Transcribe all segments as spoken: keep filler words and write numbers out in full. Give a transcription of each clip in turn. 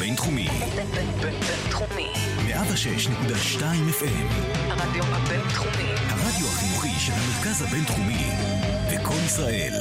הבינתחומי. בינתחומי. מאה ושש נקודה שתיים אף אם. הרדיו הבינתחומי. הרדיו החינוכי של המרכז הבינתחומי. וכל ישראל.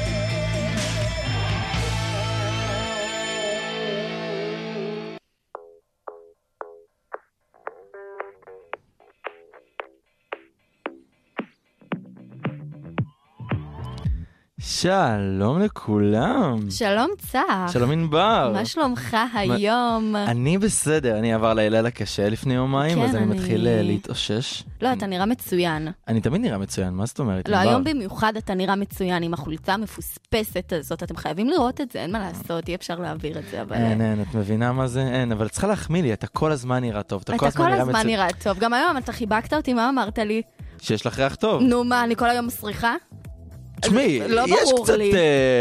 שלום לכולם. שלום צח. שלום ענבר. מה שלומך היום? אני בסדר, אני עבר לילה הקשה לפני יומיים, אז אני מתחיל להתאושש. לא, אתה נראה מצוין. אני תמיד נראה מצוין, מה זאת אומרת? לא, היום במיוחד אתה נראה מצוין עם החולצה המפוספסת הזאת, אתם חייבים לראות את זה, אין מה לעשות, אי אפשר להעביר את זה, אבל... אין, אין, את מבינה מה זה? אין, אבל צריכה להחמיא לי, אתה כל הזמן נראה טוב, אתה כל הזמן נראה טוב. גם היום אתה חיבקת אותי, מה אמרת לי? שיש לך ריח טוב. נו, מה, אני כל היום מסריחה? תשמעי, לא יש ברור קצת... לי.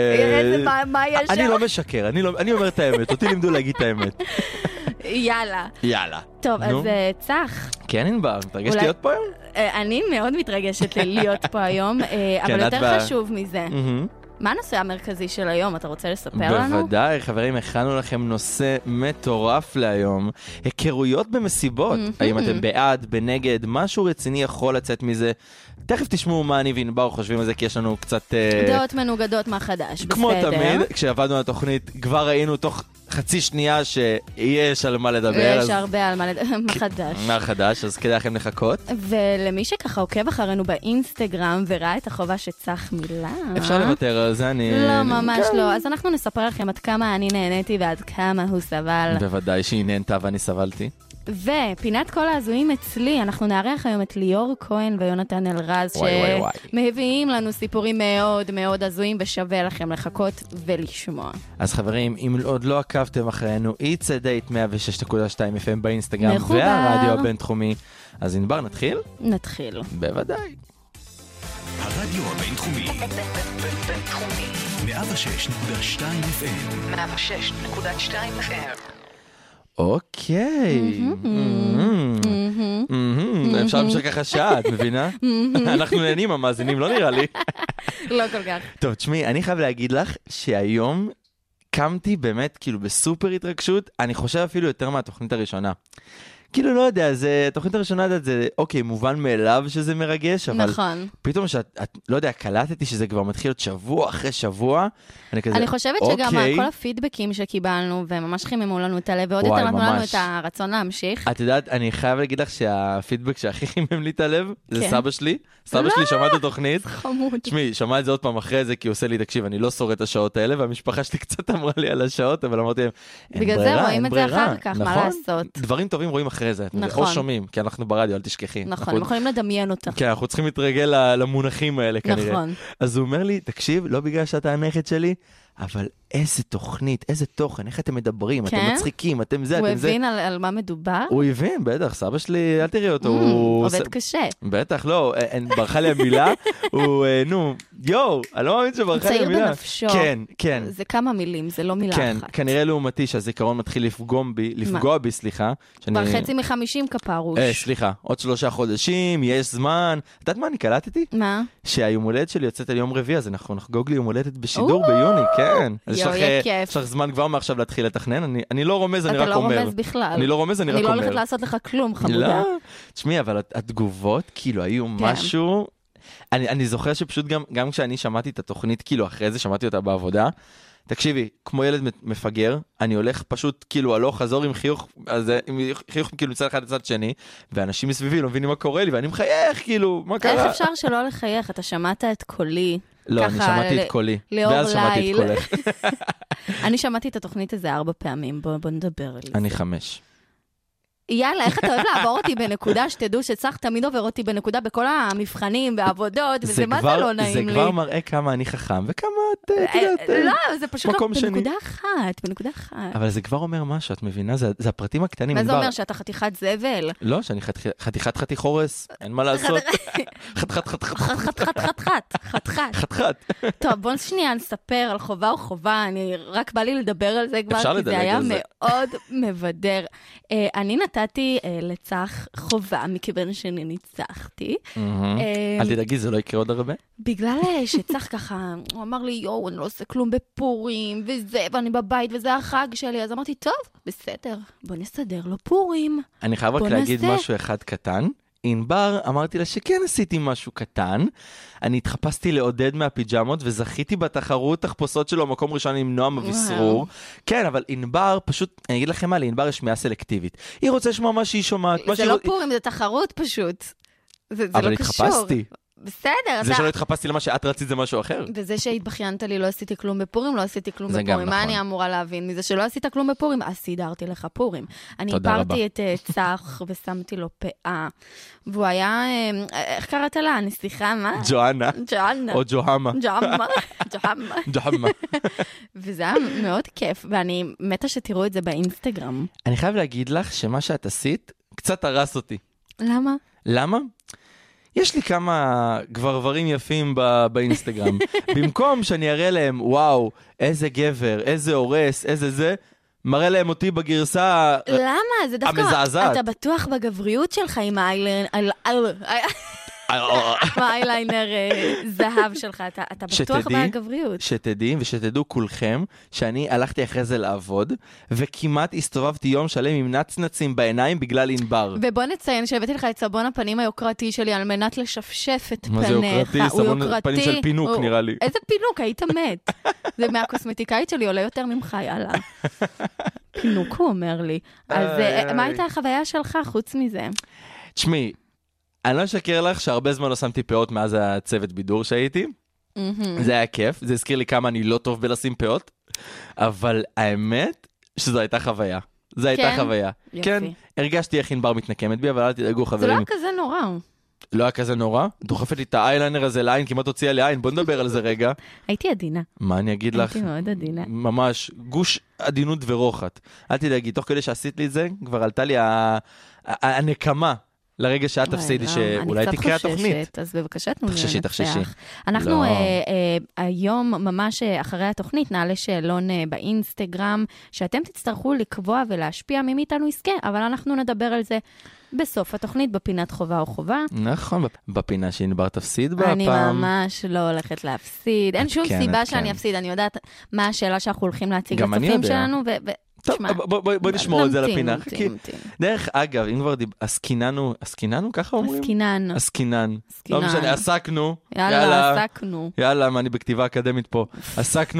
מה, מה יש אני שם? לא משקר, אני, לא, אני אומר את האמת, אותי לימדו להגיד את האמת. יאללה. יאללה. טוב, אז צח. כן, ענבר, מתרגשת להיות פה היום? אני מאוד מתרגשת להיות פה היום, אבל יותר חשוב מזה. מה הנושא המרכזי של היום? אתה רוצה לספר לנו? בוודאי, חברים, הכנו לכם נושא מטורף להיום. היכרויות במסיבות. האם אתם בעד, בנגד, משהו רציני יכול לצאת מזה? תכף תשמעו מה אני וענבר חושבים על זה, כי יש לנו קצת... דעות מנוגדות מה חדש, בסדר. כמו תמיד, כשעבדנו על התוכנית, כבר ראינו תוך חצי שנייה שיש על מה לדבר. יש הרבה על מה לדבר, מה חדש. מה חדש, אז כדאי לכם לחכות. ולמי שככה עוקב אחרינו באינסטגרם וראה את החובה שצח מילה... אפשר לוותר על זה, אני... לא, ממש לא. אז אנחנו נספר לכם עד כמה אני נהניתי ועד כמה הוא סבל. בוודאי שהיא נהנתה ואני סבלתי. ופינת כל ההזויים אצלי, אנחנו נארח היום את ליאור כהן ויונתן אלרז, שמביאים לנו סיפורים מאוד מאוד הזויים, ושווה לכם לחכות ולשמוע. אז חברים, אם עוד לא עקבתם אחרינו, It's a Date מאה ושש נקודה שתיים אף אם באינסטגרם והרדיו הבינתחומי. אז ענבר, נתחיל? נתחיל. בוודאי. הרדיו הבינתחומי. בינתחומי. מאה ושש נקודה שתיים אף אם. מאה ושש נקודה שתיים אף אם. אוקיי. אפשר למשך ככה שעה, את מבינה? אנחנו נהנים, המאזינים, לא נראה לי. לא כל כך. טוב, תשמעי, אני חייב להגיד לך שהיום קמתי באמת כאילו בסופר התרגשות, אני חושב אפילו יותר מהתוכנית הראשונה. כאילו לא יודע, זה, התוכנית הראשונה זה, אוקיי, מובן מאליו שזה מרגש, אבל נכון. פתאום שאת, את, לא יודע, קלטתי שזה כבר מתחיל להיות שבוע אחרי שבוע, אני כזה, אני חושבת אוקיי. שגם כל הפידבקים שקיבלנו, וממש חיממו לנו את הלב, ועוד יותר נתנו לנו את הרצון להמשיך. את יודעת, אני חייב להגיד לך שהפידבק שהכי חימם לי את הלב, זה כן. סבא שלי. סבא לא, שלי שמע את התוכנית. חמוד. תשמעי, שמע את זה עוד פעם אחרי זה, כי הוא עושה לי, תקשיב, אני לא שורד את השעות האלה, והמשפחה שלי קצת אמרה לי על השעות, אבל אמרתי להם, אין בגלל ברירה, זה רואים אין את זה ברירה. אחר כך, נכון? מה לעשות? דברים טובים רואים אחרי זה. נכון. או שומעים, כי אנחנו ברדיו, אל תשכחי. נכון, אנחנו... הם יכולים לדמיין אותך. כן, אנחנו צריכים להתרגל למונחים האלה כנראה. נכון. אז הוא אומר לי, תקשיב, לא בגלל שאתה הנכד שלי, אבל איזה תוכנית, איזה תוכן, איך אתם מדברים, כן? אתם מצחיקים, אתם זה, הוא אתם זה. הבין על, על מה מדובר? הוא הבין, בטח, סבא שלי, אל תראי אותו. Mm, הוא עובד ס... קשה. בטח, לא, אין, ברכה לי המילה, הוא, נו, יואו, אני לא מאמין שברכה לי המילה. צעיר בנפשו. כן, כן. זה כמה מילים, זה לא מילה כן, אחת. כנראה לעומתי שהזיכרון מתחיל לפגום בי, לפגוע בי, סליחה. כבר חצי מחמישים כפרוש. אה, סליחה, עוד שלושה חודשים, יש זמן. את יודעת מה אני קלטתי? מה? שהיום הולדת שלי יוצאת על יום רביעי, אז אנחנו נחגוג לי יום הולדת בשידור ביוני, כן. יואו, יהיה כיף. יש לך זמן כבר מעכשיו להתחיל לתכנן, אני, אני לא רומז, אני רק אתה לא אומר. רומז בכלל. אני לא רומז, אני רק אני אומר. לא הולכת לעשות לך כלום, חמודה. לא, תשמעי, אבל התגובות, כאילו, היו משהו... אני, אני זוכר שפשוט גם, גם כשאני שמעתי את התוכנית, כאילו, אחרי זה שמעתי אותה בעבודה, תקשיבי, כמו ילד מפגר, אני הולך פשוט, כאילו, הלוך, חזור עם חיוך, אז, עם חיוך, כאילו, מצד אחד לצד שני, ואנשים מסביבי לא מבינים מה קורה לי, ואני מחייך, כאילו, מה קרה? איך אפשר שלא לחייך? אתה שמעת את קולי. לא, אני שמעתי את קולי. ואז שמעתי את קולך. אני שמעתי את התוכנית הזה ארבע פעמים, בוא נדבר על זה. אני חמש. יאללה, איך אתה אוהב לעבור אותי בנקודה, שתדעו שצריך תמיד עובר אותי בנקודה בכל המבחנים והעבודות, וזה מה זה לא נעים לי. זה כבר מראה כמה אני חכם, וכמה את יודעת, לא, זה פשוט לא בנקודה אחת, בנקודה אחת. אבל זה כבר אומר משהו, את מבינה? זה הפרטים הקטנים. מה זה אומר, שאתה חתיכת זבל? לא, שאני חתיכת חתיך הורס, אין מה לעשות. חת חת חת חת חת חת חת חת חת חת חת. טוב, בוא שנייה נספר על חובה או חובה, אני רק בא לי לדבר על זה כבר, כי זה היה מאוד מבדר. אני נתתי לצח חובה, מכיוון שאני ניצחתי. אל תדאגי, זה לא יקרה עוד הרבה? בגלל שצח ככה, הוא אמר לי, יואו, אני לא עושה כלום בפורים, וזה, ואני בבית, וזה החג שלי. אז אמרתי, טוב, בסדר, בוא נסדר לו פורים. אני חייב רק להגיד משהו אחד קטן. ענבר, אמרתי לה שכן עשיתי משהו קטן, אני התחפשתי לעודד מהפיג'מות, וזכיתי בתחרות תחפושות שלו, מקום ראשון עם נועם אביסרור. כן, אבל ענבר, פשוט, אני אגיד לכם מה, לענבר יש שמיעה סלקטיבית. היא רוצה לשמוע מה שהיא שומעת. זה לא פורים, זה תחרות פשוט. זה לא קשור. אבל התחפשתי. בסדר. זה שלא התחפשתי למה שאת רצית זה משהו אחר. וזה שהתבחיינת לי, לא עשיתי כלום בפורים, לא עשיתי כלום בפורים. מה אני אמורה להבין? מזה שלא עשית כלום בפורים, אז סידרתי לך פורים. אני הפרתי את צח ושמתי לו פאה. והוא היה, איך קראת לה? הנסיכה, מה? ג'ואנה. ג'ואנה. או ג'והמה. ג'והמה. ג'והמה. ג'והמה. וזה היה מאוד כיף, ואני מתה שתראו את זה באינסטגרם. אני חייב להגיד לך שמה שאת עשית קצת הרס אותי. למה? למה? יש לי כמה גברברים יפים באינסטגרם. במקום שאני אראה להם, וואו, איזה גבר, איזה הורס, איזה זה, מראה להם אותי בגרסה המזעזעת. למה? זה דווקא, אתה בטוח בגבריות שלך עם האייליינר זהב שלך, אתה בטוח בגבריות. שתדעי ושתדעו כולכם, שאני הלכתי אחרי זה לעבוד, וכמעט הסתובבתי יום שלם עם נצנצים בעיניים בגלל ענבר. ובוא נציין שהבאתי לך את סבון הפנים היוקרתי שלי, על מנת לשפשף את פניך. מה זה יוקרתי? סבון פנים של פינוק נראה לי. איזה פינוק? היית מת. זה מהקוסמטיקאית שלי, עולה יותר ממך, יאללה. פינוק, הוא אומר לי. אז מה הייתה החוויה שלך חוץ מזה? תשמעי, אני לא אשקר לך שהרבה זמן לא שמתי פאות מאז הצוות בידור שהייתי. זה היה כיף, זה הזכיר לי כמה אני לא טוב בלשים פאות, אבל האמת שזו הייתה חוויה. זו הייתה חוויה. כן, הרגשתי איך ענבר מתנקמת בי, אבל אל תדאגו חברים. זה לא היה כזה נורא. לא היה כזה נורא? דוחפת לי את האייליינר הזה לעין, כמעט הוציאה לי עין, בוא נדבר על זה רגע. הייתי עדינה. מה אני אגיד לך? הייתי מאוד עדינה. ממש, גוש עדינות ורוחת. אל תדאגי, תוך כדי שעשית לי את זה, כבר עלתה לי הנקמה. לרגע שאת תפסידי שאולי תקרא התוכנית. אז בבקשה תנו לנצח. תחששי, תחששי. אנחנו היום ממש אחרי התוכנית נעלה שאלון באינסטגרם, שאתם תצטרכו לקבוע ולהשפיע מי מאיתנו יזכה, אבל אנחנו נדבר על זה בסוף התוכנית, בפינת חובה או חובה. נכון, בפינה שענבר תפסיד בה אני פעם. ממש לא הולכת להפסיד. אין שום סיבה שאני אפסיד, אני יודעת מה השאלה שאנחנו הולכים להציג לצופים שלנו, ו... טוב, בוא נשמור את זה לפינה. דרך אגב, אם כבר עסקיננו, עסקיננו ככה אומרים? עסקינן. עסקינן. לא משנה, עסקנו. יאללה, עסקנו. יאללה, מה אני בכתיבה אקדמית פה. עסקנו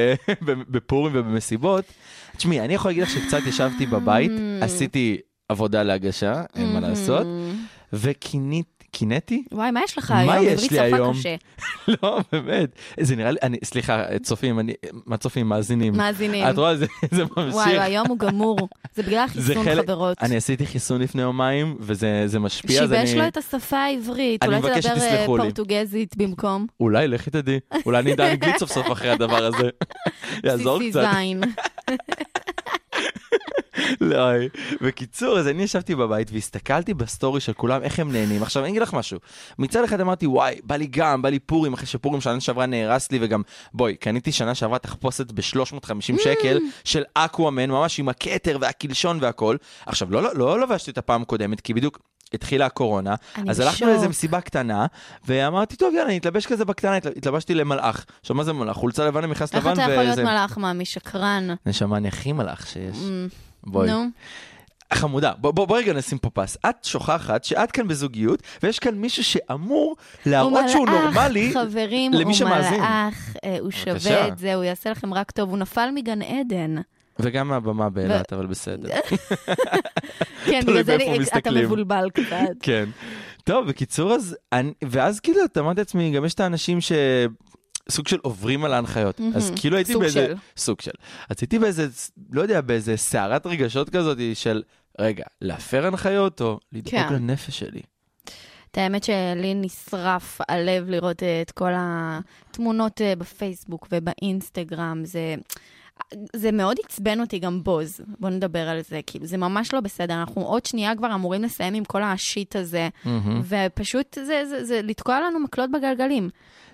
בפורים ובמסיבות. תשמעי, אני יכול להגיד לך שקצת ישבתי בבית, עשיתי עבודה להגשה, אין מה לעשות, וכינית, קינאתי? וואי, מה יש לך היום? מה יש לי היום? לא, באמת. זה נראה לי, אני, סליחה, צופים, אני, מה צופים? מאזינים. מאזינים. את רואה, זה, זה ממשיך. וואי, היום הוא גמור. זה בגלל החיסון חברות. אני עשיתי חיסון לפני יומיים, וזה משפיע. שיבש לו את השפה העברית. אולי תדבר פורטוגזית במקום. אולי, לכי תדעי. אולי אני אדע אנגלית סוף סוף אחרי הדבר הזה. יעזור קצת. זין. לא, בקיצור, אז אני ישבתי בבית והסתכלתי בסטורי של כולם, איך הם נהנים. עכשיו, אני אגיד לך משהו. מצד אחד אמרתי, וואי, בא לי גם, בא לי פורים, אחרי שפורים שנה שעברה נהרס לי, וגם, בואי, קניתי שנה שעברה תחפושת ב-שלוש מאות וחמישים שקל של אקוואמן, ממש עם הקטר והקלשון והכל. עכשיו, לא, לא, לא לבשתי את הפעם הקודמת, כי בדיוק התחילה הקורונה, אז הלכנו לאיזו מסיבה קטנה, ואמרתי, טוב, יאללה, אני אתלבש כזה בקטנה, התלבשתי למלאך. עכשיו, מה זה מלאך? חולצה לבנה, מכנס לבן, איך אתה יכול להיות מלאך, מה, משקרן? נשמה, אני הכי מלאך שיש. בואי. חמודה, בוא, בוא, בוא רגע נשים פה פס. את שוכחת שאת כאן בזוגיות, ויש כאן מישהו שאמור להראות שהוא נורמלי חברים, למי שמאזין. הוא מלאך, הוא שווה את זה, הוא יעשה לכם רק טוב, הוא נפל מגן עדן. וגם מהבמה באילת, אבל בסדר. כן, בגלל זה אתה מבולבל קצת. כן. טוב, בקיצור, אז, ואז כאילו, אתה אמרת לעצמי, גם יש את האנשים ש... סוג של עוברים על ההנחיות. אז כאילו הייתי באיזה... סוג של. אז הייתי באיזה, לא יודע, באיזה סערת רגשות כזאת של, רגע, להפר הנחיות או לדאוג לנפש שלי? את האמת שלי נשרף הלב לראות את כל התמונות בפייסבוק ובאינסטגרם. זה... זה מאוד עצבן אותי גם בוז, בוא נדבר על זה, כאילו זה ממש לא בסדר, אנחנו עוד שנייה כבר אמורים לסיים עם כל השיט הזה, ופשוט זה, זה, זה לתקוע לנו מקלות בגלגלים.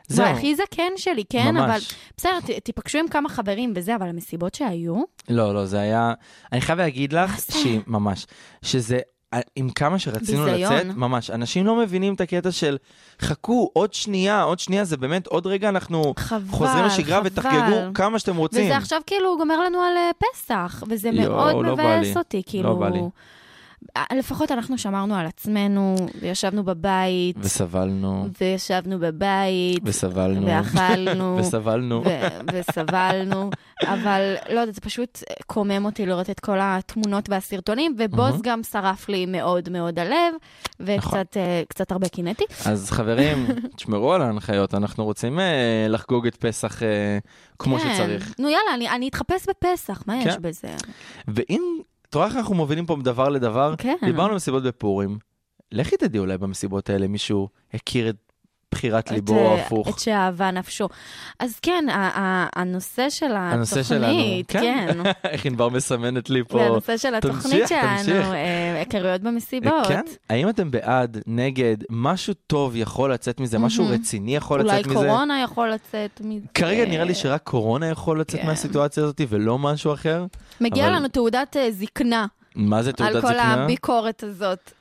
זהו. הוא הכי זקן שלי, כן? ממש. אבל בסדר, ת- תיפגשו עם כמה חברים וזה, אבל המסיבות שהיו, לא, לא, זה היה... אני חייב להגיד לך, מה זה? שהיא, ממש, שזה, עם כמה שרצינו ביזיון. לצאת, ממש, אנשים לא מבינים את הקטע של, חכו, עוד שנייה, עוד שנייה, זה באמת עוד רגע אנחנו חבל, חוזרים לשגרה חבל. ותחגגו כמה שאתם רוצים. וזה עכשיו כאילו גומר לנו על אה, פסח, וזה יואו, מאוד לא בא מבאס לי. אותי, כאילו... לא בא לי. אה, לפחות אנחנו שמרנו על עצמנו, וישבנו בבית, וסבלנו, וישבנו בבית, וסבלנו, ואכלנו, וסבלנו. ו- וסבלנו, אבל לא יודעת, זה פשוט קומם אותי לראות את כל התמונות והסרטונים, ובוז מהמם. גם שרף לי מאוד מאוד הלב, וקצת אה, קצת הרבה קינאתי. אז חברים, תשמרו על ההנחיות, אנחנו רוצים אה, לחגוג את פסח אה, כמו כן. שצריך. נו יאללה, אני, אני אתחפש בפסח, מה יש כן. בזה? ואם, תראה איך אנחנו מובילים פה מדבר לדבר, כן. דיברנו על מסיבות בפורים, לכי תדעי אולי במסיבות האלה, מישהו הכיר את בחירת ליבו או את, אה, הפוך. את שאהבה נפשו. אז כן, ה- ה- הנושא של הנושא שלנו, התוכנית, כן. כן. איך ענבר מסמנת לי פה. והנושא של התוכנית תמשיך, תמשיך. שלנו, אה, היכרויות במסיבות. כן? האם אתם בעד, נגד, משהו טוב יכול לצאת מזה, משהו מהמם. רציני יכול אולי לצאת מזה? קורונה יכול לצאת מזה. כרגע נראה לי שרק קורונה יכול לצאת כן. מהסיטואציה הזאת ולא משהו אחר. מגיע אבל- לנו תעודת אה, זקנה, מה זה תעודת על כל זקנה? הביקורת הזאת.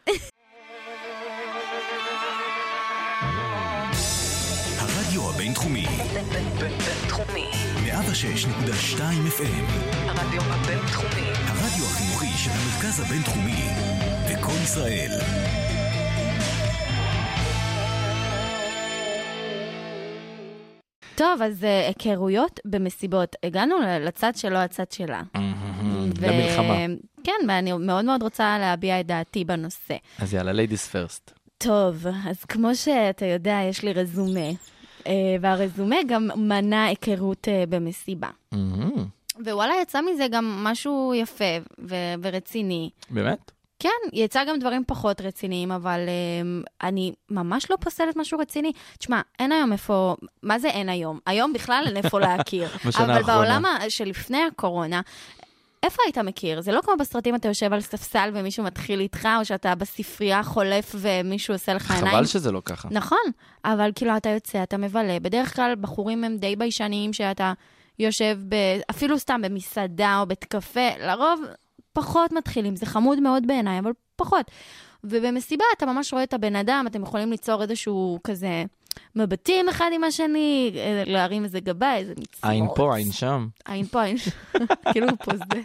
הרדיו הבינתחומי, בין- בין- בין- בינתחומי. מאה ושש נקודה שתיים אף אם, הרדיו הבינתחומי. הרדיו החינוכי של המרכז הבינתחומי, וכל ישראל. טוב, אז אה, היכרויות במסיבות. הגענו ל- לצד שלו, הצד שלה. ו- למלחמה. כן, ואני מאוד מאוד רוצה להביע את דעתי בנושא. אז יאללה, ladies first. טוב, אז כמו שאתה יודע, יש לי רזומה, אה, והרזומה גם מנע היכרות אה, במסיבה. מהמם. ווואלה, יצא מזה גם משהו יפה ו- ורציני. באמת? כן, יצא גם דברים פחות רציניים, אבל um, אני ממש לא פוסלת משהו רציני. תשמע, אין היום איפה, מה זה אין היום? היום בכלל אין איפה להכיר. בשנה אבל האחרונה. בעולם ה- שלפני הקורונה, איפה היית מכיר? זה לא כמו בסרטים, אתה יושב על ספסל ומישהו מתחיל איתך, או שאתה בספרייה חולף ומישהו עושה לך עיניים. חבל שזה לא ככה. נכון, אבל כאילו אתה יוצא, אתה מבלה. בדרך כלל בחורים הם די ביישניים שאתה יושב ב... אפילו סתם במסעדה או בית קפה, לרוב פחות מתחילים. זה חמוד מאוד בעיניי, אבל פחות. ובמסיבה אתה ממש רואה את הבן אדם, אתם יכולים ליצור איזשהו כזה מבטים אחד עם השני, להרים איזה גבה, איזה מצמוץ. עין פה, עין שם. עין פה, עין שם. כאילו הוא פוזל.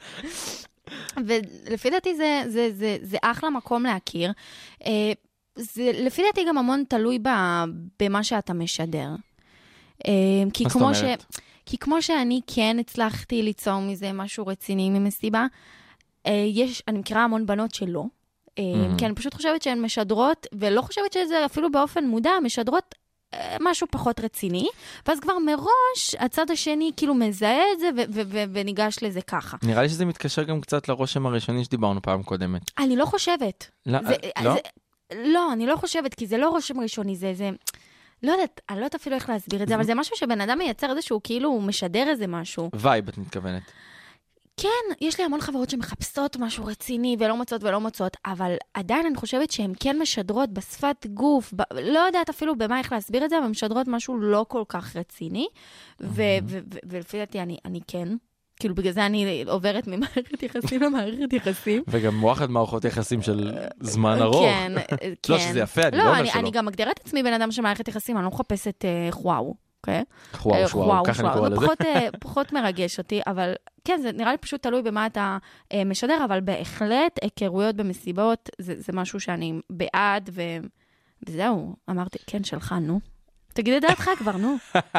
ולפי דעתי זה, זה, זה, זה אחלה מקום להכיר. אה, זה, לפי דעתי גם המון תלוי ב, במה שאתה משדר. אה, כי מה זאת כמו ש... אומרת? כי כמו שאני כן הצלחתי ליצור מזה משהו רציני ממסיבה, אה, יש, אני מכירה המון בנות שלא. אה, Mhm. כי אני פשוט חושבת שהן משדרות, ולא חושבת שזה אפילו באופן מודע, משדרות אה, משהו פחות רציני, ואז כבר מראש הצד השני כאילו מזהה את זה ו- ו- ו- וניגש לזה ככה. נראה לי שזה מתקשר גם קצת לרושם הראשוני שדיברנו פעם קודמת. אני לא חושבת. לא? זה, לא? זה, לא, אני לא חושבת, כי זה לא רושם ראשוני, זה, זה, לא יודעת, אני לא יודעת אפילו איך להסביר את זה, אבל זה משהו שבן אדם מייצר איזשהו, כאילו, הוא משדר איזה משהו. וייב, את מתכוונת. כן, יש לי המון חברות שמחפשות משהו רציני, ולא מוצאות ולא מוצאות, אבל עדיין אני חושבת שהן כן משדרות בשפת גוף, ב, לא יודעת אפילו במה איך להסביר את זה, אבל משדרות משהו לא כל כך רציני, ו- ו- ו- ולפי דעתי אני, אני כן, כאילו בגלל זה אני עוברת ממערכת יחסים למערכת יחסים. וגם מואחד מערכות יחסים של זמן ארוך. כן, כן. לא, שזה יפה, אני לא לא, אומר אני, שלא. אני גם מגדירה את עצמי בן אדם של מערכת יחסים, אני לא מחפשת אה, וואו, אוקיי? וואו, אה, וואו, ככה אני קורא זה לזה. פחות, אה, פחות מרגש אותי, אבל כן, זה נראה לי פשוט תלוי במה אתה אה, משדר, אבל בהחלט, היכרויות במסיבות, זה, זה משהו שאני בעד, ו... וזהו, אמרתי, כן, שלך, נו. תגיד את דעתך כבר, נו.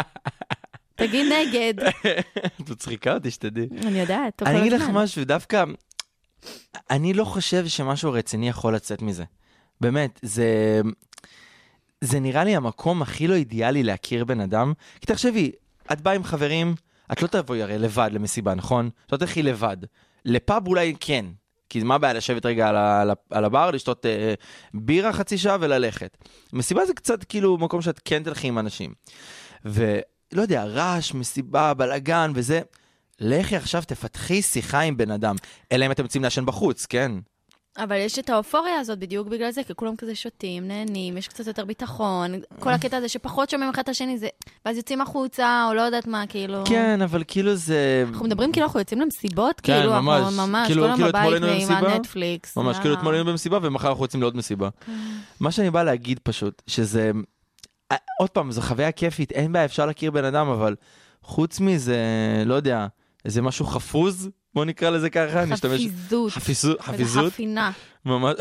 תגיד נגד. את מצחיקה אותי, שתדעי. אני יודעת, אני אגיד לך משהו, דווקא, אני לא חושב שמשהו רציני יכול לצאת מזה. באמת, זה... זה נראה לי המקום הכי לא אידיאלי להכיר בן אדם. כי תחשבי, את באה עם חברים, את לא תבואי הרי לבד למסיבה, נכון? את לא תלכי לבד. לפאב אולי כן. כי מה בעיה לשבת רגע על, ה- על, ה- על הבר, לשתות אה, בירה חצי שעה וללכת. מסיבה זה קצת כאילו מקום שאת כן תלכי עם אנשים. ולא יודע, רעש, מסיבה, בלגן וזה. לכי עכשיו תפתחי שיחה עם בן אדם. אלא אם אתם רוצים לעשן בחוץ, כן? אבל יש את האופוריה הזאת בדיוק בגלל זה, כי כולם כזה שותים, נהנים, יש קצת יותר ביטחון, כל הקטע הזה שפחות שומעים אחד את השני, זה, ואז יוצאים החוצה, או לא יודעת מה, כאילו... כן, אבל כאילו זה... אנחנו מדברים כאילו אנחנו יוצאים למסיבות, כן, כאילו, ממש. אנחנו ממש, כאילו, כל היום כאילו בבית אתמול היינו ועם במסיבה? הנטפליקס. ממש, כאילו אתמול היינו במסיבה, ומחר אנחנו רוצים לעוד מסיבה. מה שאני בא להגיד פשוט, שזה... עוד פעם, זו חוויה כיפית, אין בעיה, אפשר להכיר בן אדם, אבל חוץ מזה, לא יודע, איזה משהו חפוז, בוא נקרא לזה ככה. חפיזות. חפיזות. חפיזות. חפינה. ממש.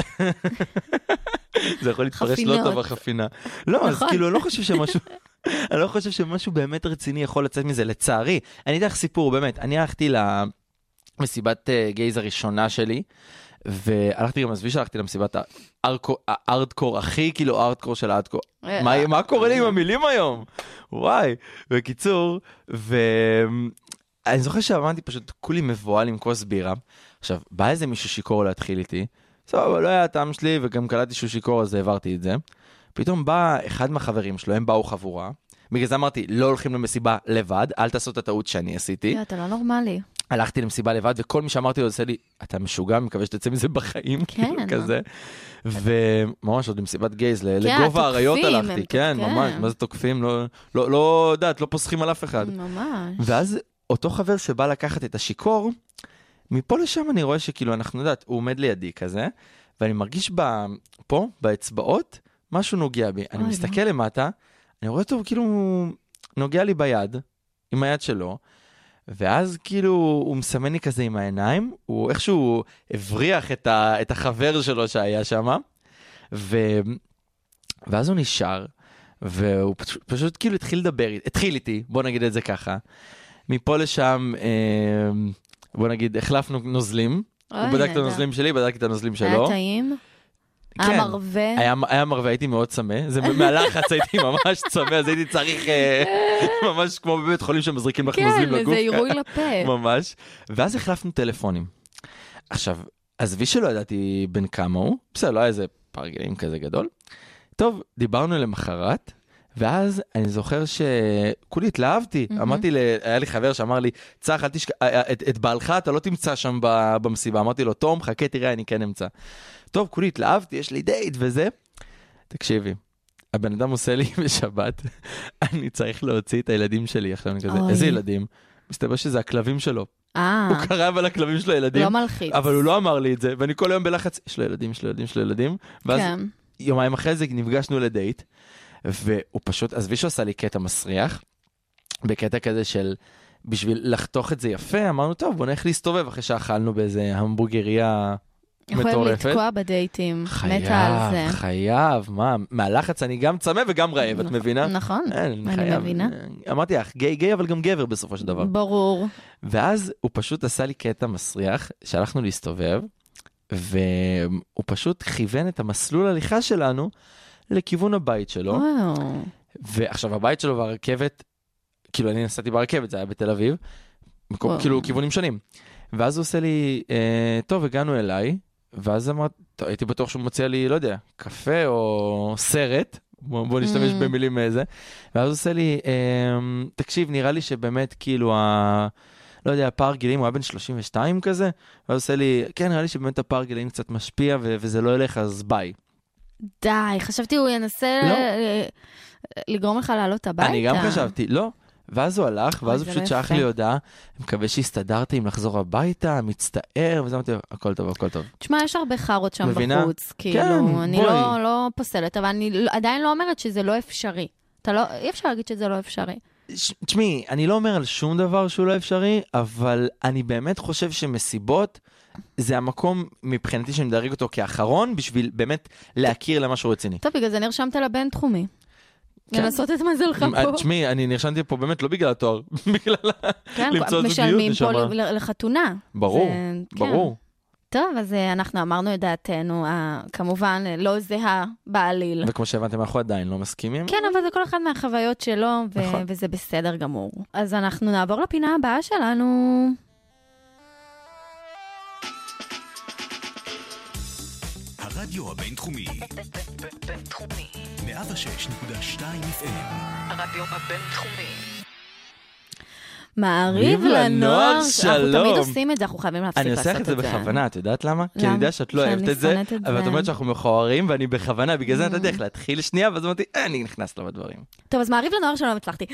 זה יכול להתפרש לא טוב החפינה. לא, אז כאילו, אני לא חושב שמשהו, אני לא חושב שמשהו באמת רציני יכול לצאת מזה, לצערי. אני אתן לך סיפור, באמת, אני הלכתי למסיבת גייז הראשונה שלי, והלכתי גם עזבי שהלכתי למסיבת הארדקור, הכי כאילו הארדקור של הארדקור. מה קורה לי עם המילים היום? וואי. בקיצור, ואני זוכר שעמדתי פשוט כולי מבועל עם כוס בירה. עכשיו, בא איזה מישהו שיקור להתחיל איתי, סבבה, לא היה הטעם שלי, וגם קלטתי שהוא שיקור, אז העברתי את זה. פתאום בא אחד מהחברים שלו, הם באו חבורה, בגלל זה אמרתי, לא הולכים למסיבה לבד, אל תעשו את הטעות שאני עשיתי. אתה לא נורמלי. הלכתי למסיבה לבד, וכל מי שאמרתי לו, עושה לי, אתה משוגע, מקווה שתצא מזה בחיים, כאילו כזה. וממש עוד למסיבת גייז, לגובה הריות הלכתי, כן, ממש, מה זה תוקפים? לא יודעת, לא פוסחים על אף אחד. ממש. ואז אותו חבר שבא לקחת את השיקור, מפה לשם אני רואה שכאילו, אנחנו יודעת, הוא עומד לידי כזה, ואני מרגיש פה, באצבעות, משהו נוגע בי. אני מסתכל למטה, אני רואה אותו כאילו נוגע לי ביד, עם היד שלו, ואז כאילו הוא מסמן לי כזה עם העיניים, הוא איכשהו הבריח את, ה, את החבר שלו שהיה שם, ו, ואז הוא נשאר, והוא פשוט, פשוט כאילו התחיל לדבר, התחיל איתי, בוא נגיד את זה ככה. מפה לשם, בוא נגיד, החלפנו נוזלים, הוא בדק את הנוזלים שלי, בדק את הנוזלים שלו. היה טעים? היה מרווה? היה מרווה, הייתי מאוד צמא, זה מהלחץ הייתי ממש צמא, אז הייתי צריך ממש כמו בבית חולים שמזריקים לך נוזלים לגוף. כן, זה עירוי לפה. ממש, ואז החלפנו טלפונים. עכשיו, עזבי שלא ידעתי בין כמה הוא, בסדר, לא היה איזה פרגלים כזה גדול. טוב, דיברנו למחרת, ואז אני זוכר שכולי התלהבתי, אמרתי, היה לי חבר שאמר לי, צח, אל תשכח, את בעלך אתה לא תמצא שם במסיבה, אמרתי לו, תום, חכה, תראה, אני כן אמצא. טוב, כולי התלהבתי, יש לי דייט וזה. תקשיבי, הבן אדם עושה לי בשבת, אני צריך להוציא את הילדים שלי, עכשיו אני כזה, איזה ילדים? מסתבר שזה הכלבים שלו. הוא קרב על הכלבים שלו ילדים. לא מלחיץ. אבל הוא לא אמר לי את זה, ואני כל היום בלחץ, יש לו ילדים, יש לו ילדים, יש לו ילדים. ואז יומיים אחרי זה נפגשנו לדייט, והוא פשוט, עזבי שעושה לי קטע מסריח, בקטע כזה של, בשביל לחתוך את זה יפה, אמרנו, טוב, בוא נלך להסתובב אחרי שאכלנו באיזה המבורגריה מטורפת. יכולים לתקוע בדייטים, מתה על זה. חייב, חייב, מה, מהלחץ אני גם צמא וגם רעב, את מבינה? נכון, אני מבינה. אמרתי לך, גיי גיי, אבל גם גבר בסופו של דבר. ברור. ואז הוא פשוט עשה לי קטע מסריח, שהלכנו להסתובב, והוא פשוט כיוון את המסלול הליכה שלנו, לכיוון הבית שלו. ועכשיו הבית שלו והרכבת, כאילו אני נסעתי ברכבת, זה היה בתל אביב, כאילו כיוונים שונים. ואז הוא עושה לי, טוב, הגענו אליי, ואז אמרתי, הייתי בטוח שהוא מציע לי, לא יודע, קפה או סרט, בוא נשתמש במילים מאיזה, ואז הוא עושה לי, תקשיב, נראה לי שבאמת כאילו, לא יודע, הפער גילים, הוא היה בן שלושים ושתיים כזה, ואז הוא עושה לי, כן, נראה לי שבאמת הפער גילים קצת משפיע, וזה לא ילך, אז ביי. די, חשבתי הוא ינסה לגרום לך לעלות הביתה. אני גם חשבתי, לא. ואז הוא הלך, ואז הוא פשוט שלח לי הודעה, אני מקווה שהסתדרתי אם לחזור הביתה, מצטער, וזה אמרתי, הכל טוב, הכל טוב. תשמע, יש הרבה חרות שם בחוץ, כאילו, אני לא פוסלת, אבל אני עדיין לא אומרת שזה לא אפשרי. אי אפשר להגיד שזה לא אפשרי. תשמעי, אני לא אומר על שום דבר שהוא לא אפשרי, אבל אני באמת חושב שמסיבות, זה המקום מבחינתי שאני מדרג אותו כאחרון, בשביל באמת להכיר למה שהוא רציני. טוב, בגלל זה נרשמת לבן תחומי. לנסות את מזלך פה. תשמעי, אני נרשמתי פה באמת לא בגלל התואר, בגלל למצוא זוגיות. משלמים פה לחתונה. ברור, ברור. טוב, אז אנחנו אמרנו את דעתנו, כמובן לא זהה בעליל. וכמו שהבנתם, אנחנו עדיין לא מסכימים. כן, אבל זה כל אחד מהחוויות שלו, וזה בסדר גמור. אז אנחנו נעבור לפינה הבאה שלנו. הרדיו הבינתחומי. בינתחומי. מאה ושש נקודה שתיים אף אם. הרדיו הבינתחומי. מעריב לנוער, שלום. אנחנו תמיד עושים את זה, אנחנו חייבים להפסיק אני לעשות את עושה זה. את זה בכוונה, את יודעת למה? כי אני יודע שאת לא שאני אוהבת את זה, שונאת את אבל את זה. אומרת שאנחנו מכוערים, ואני בכוונה, בגלל זה נתתי לך להתחיל שנייה, ואז אמרתי, "אה, אני נכנס לו בדברים." טוב, אז מעריב לנוער שלא הצלחתי.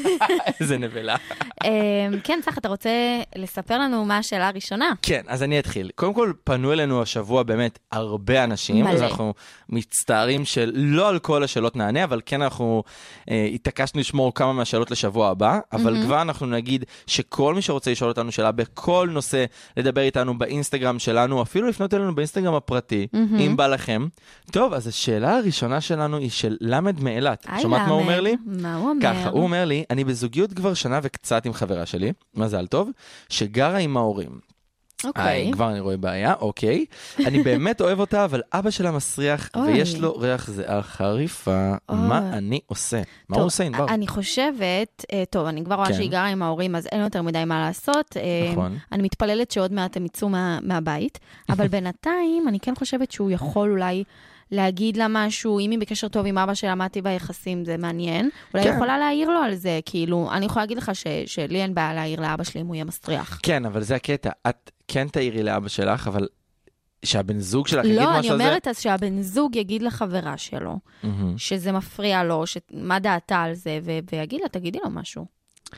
איזה נבלה. אמ, כן, צח, אתה רוצה לספר לנו מה השאלה הראשונה? כן, אז אני אתחיל. קודם כל, פנו אלינו השבוע באמת הרבה אנשים, מלא. אז אנחנו מצטערים שלא על כל השאלות נענה, אבל כן אנחנו אה, התעקשנו לשמור כמה מהשאלות לשבוע הבא, אבל כבר אנחנו נגיד שכל מי שרוצה לשאול אותנו שאלה בכל נושא, לדבר איתנו באינסטגרם שלנו, אפילו לפנות אלינו באינסטגרם הפרטי, אם בא לכם. טוב, אז השאלה הראשונה שלנו היא של למד מאילת. היי, שומעת מה הוא למד. אומר לי? מה הוא אומר? ככה, הוא אומר לי, אני בזוגיות כבר שנה וקצת עם חברה שלי, מזל טוב, שגרה עם ההורים. אוקיי. איי, כבר אני רואה בעיה, אוקיי. אני באמת אוהב אותה, אבל אבא שלה מסריח, אוי. ויש לו ריח זיעה חריפה. מה אני עושה? מה הוא עושה, ענבר? אני חושבת, אה, טוב, אני כבר רואה כן. שהיא גרה עם ההורים, אז אין יותר מדי מה לעשות. אה, נכון. אני מתפללת שעוד מעט הם יצאו מה- מהבית, אבל בינתיים אני כן חושבת שהוא יכול אולי להגיד לה משהו, אם היא בקשר טוב עם אבא שלה, מה טיב היחסים, זה מעניין. אולי כן. היא יכולה להעיר לו על זה, כאילו, אני יכולה להגיד לך ש- שלי אין בעיה להעיר לאבא שלי אם הוא יהיה מסריח. כן, אבל זה הקטע. את כן תעירי לאבא שלך, אבל שהבן זוג שלך יגיד לא, אני משהו על זה... אומרת אז שהבן זוג יגיד לחברה שלו, מהמם. שזה מפריע לו, ש- מה דעתה על זה, ו- ויגיד לה, תגידי לו משהו.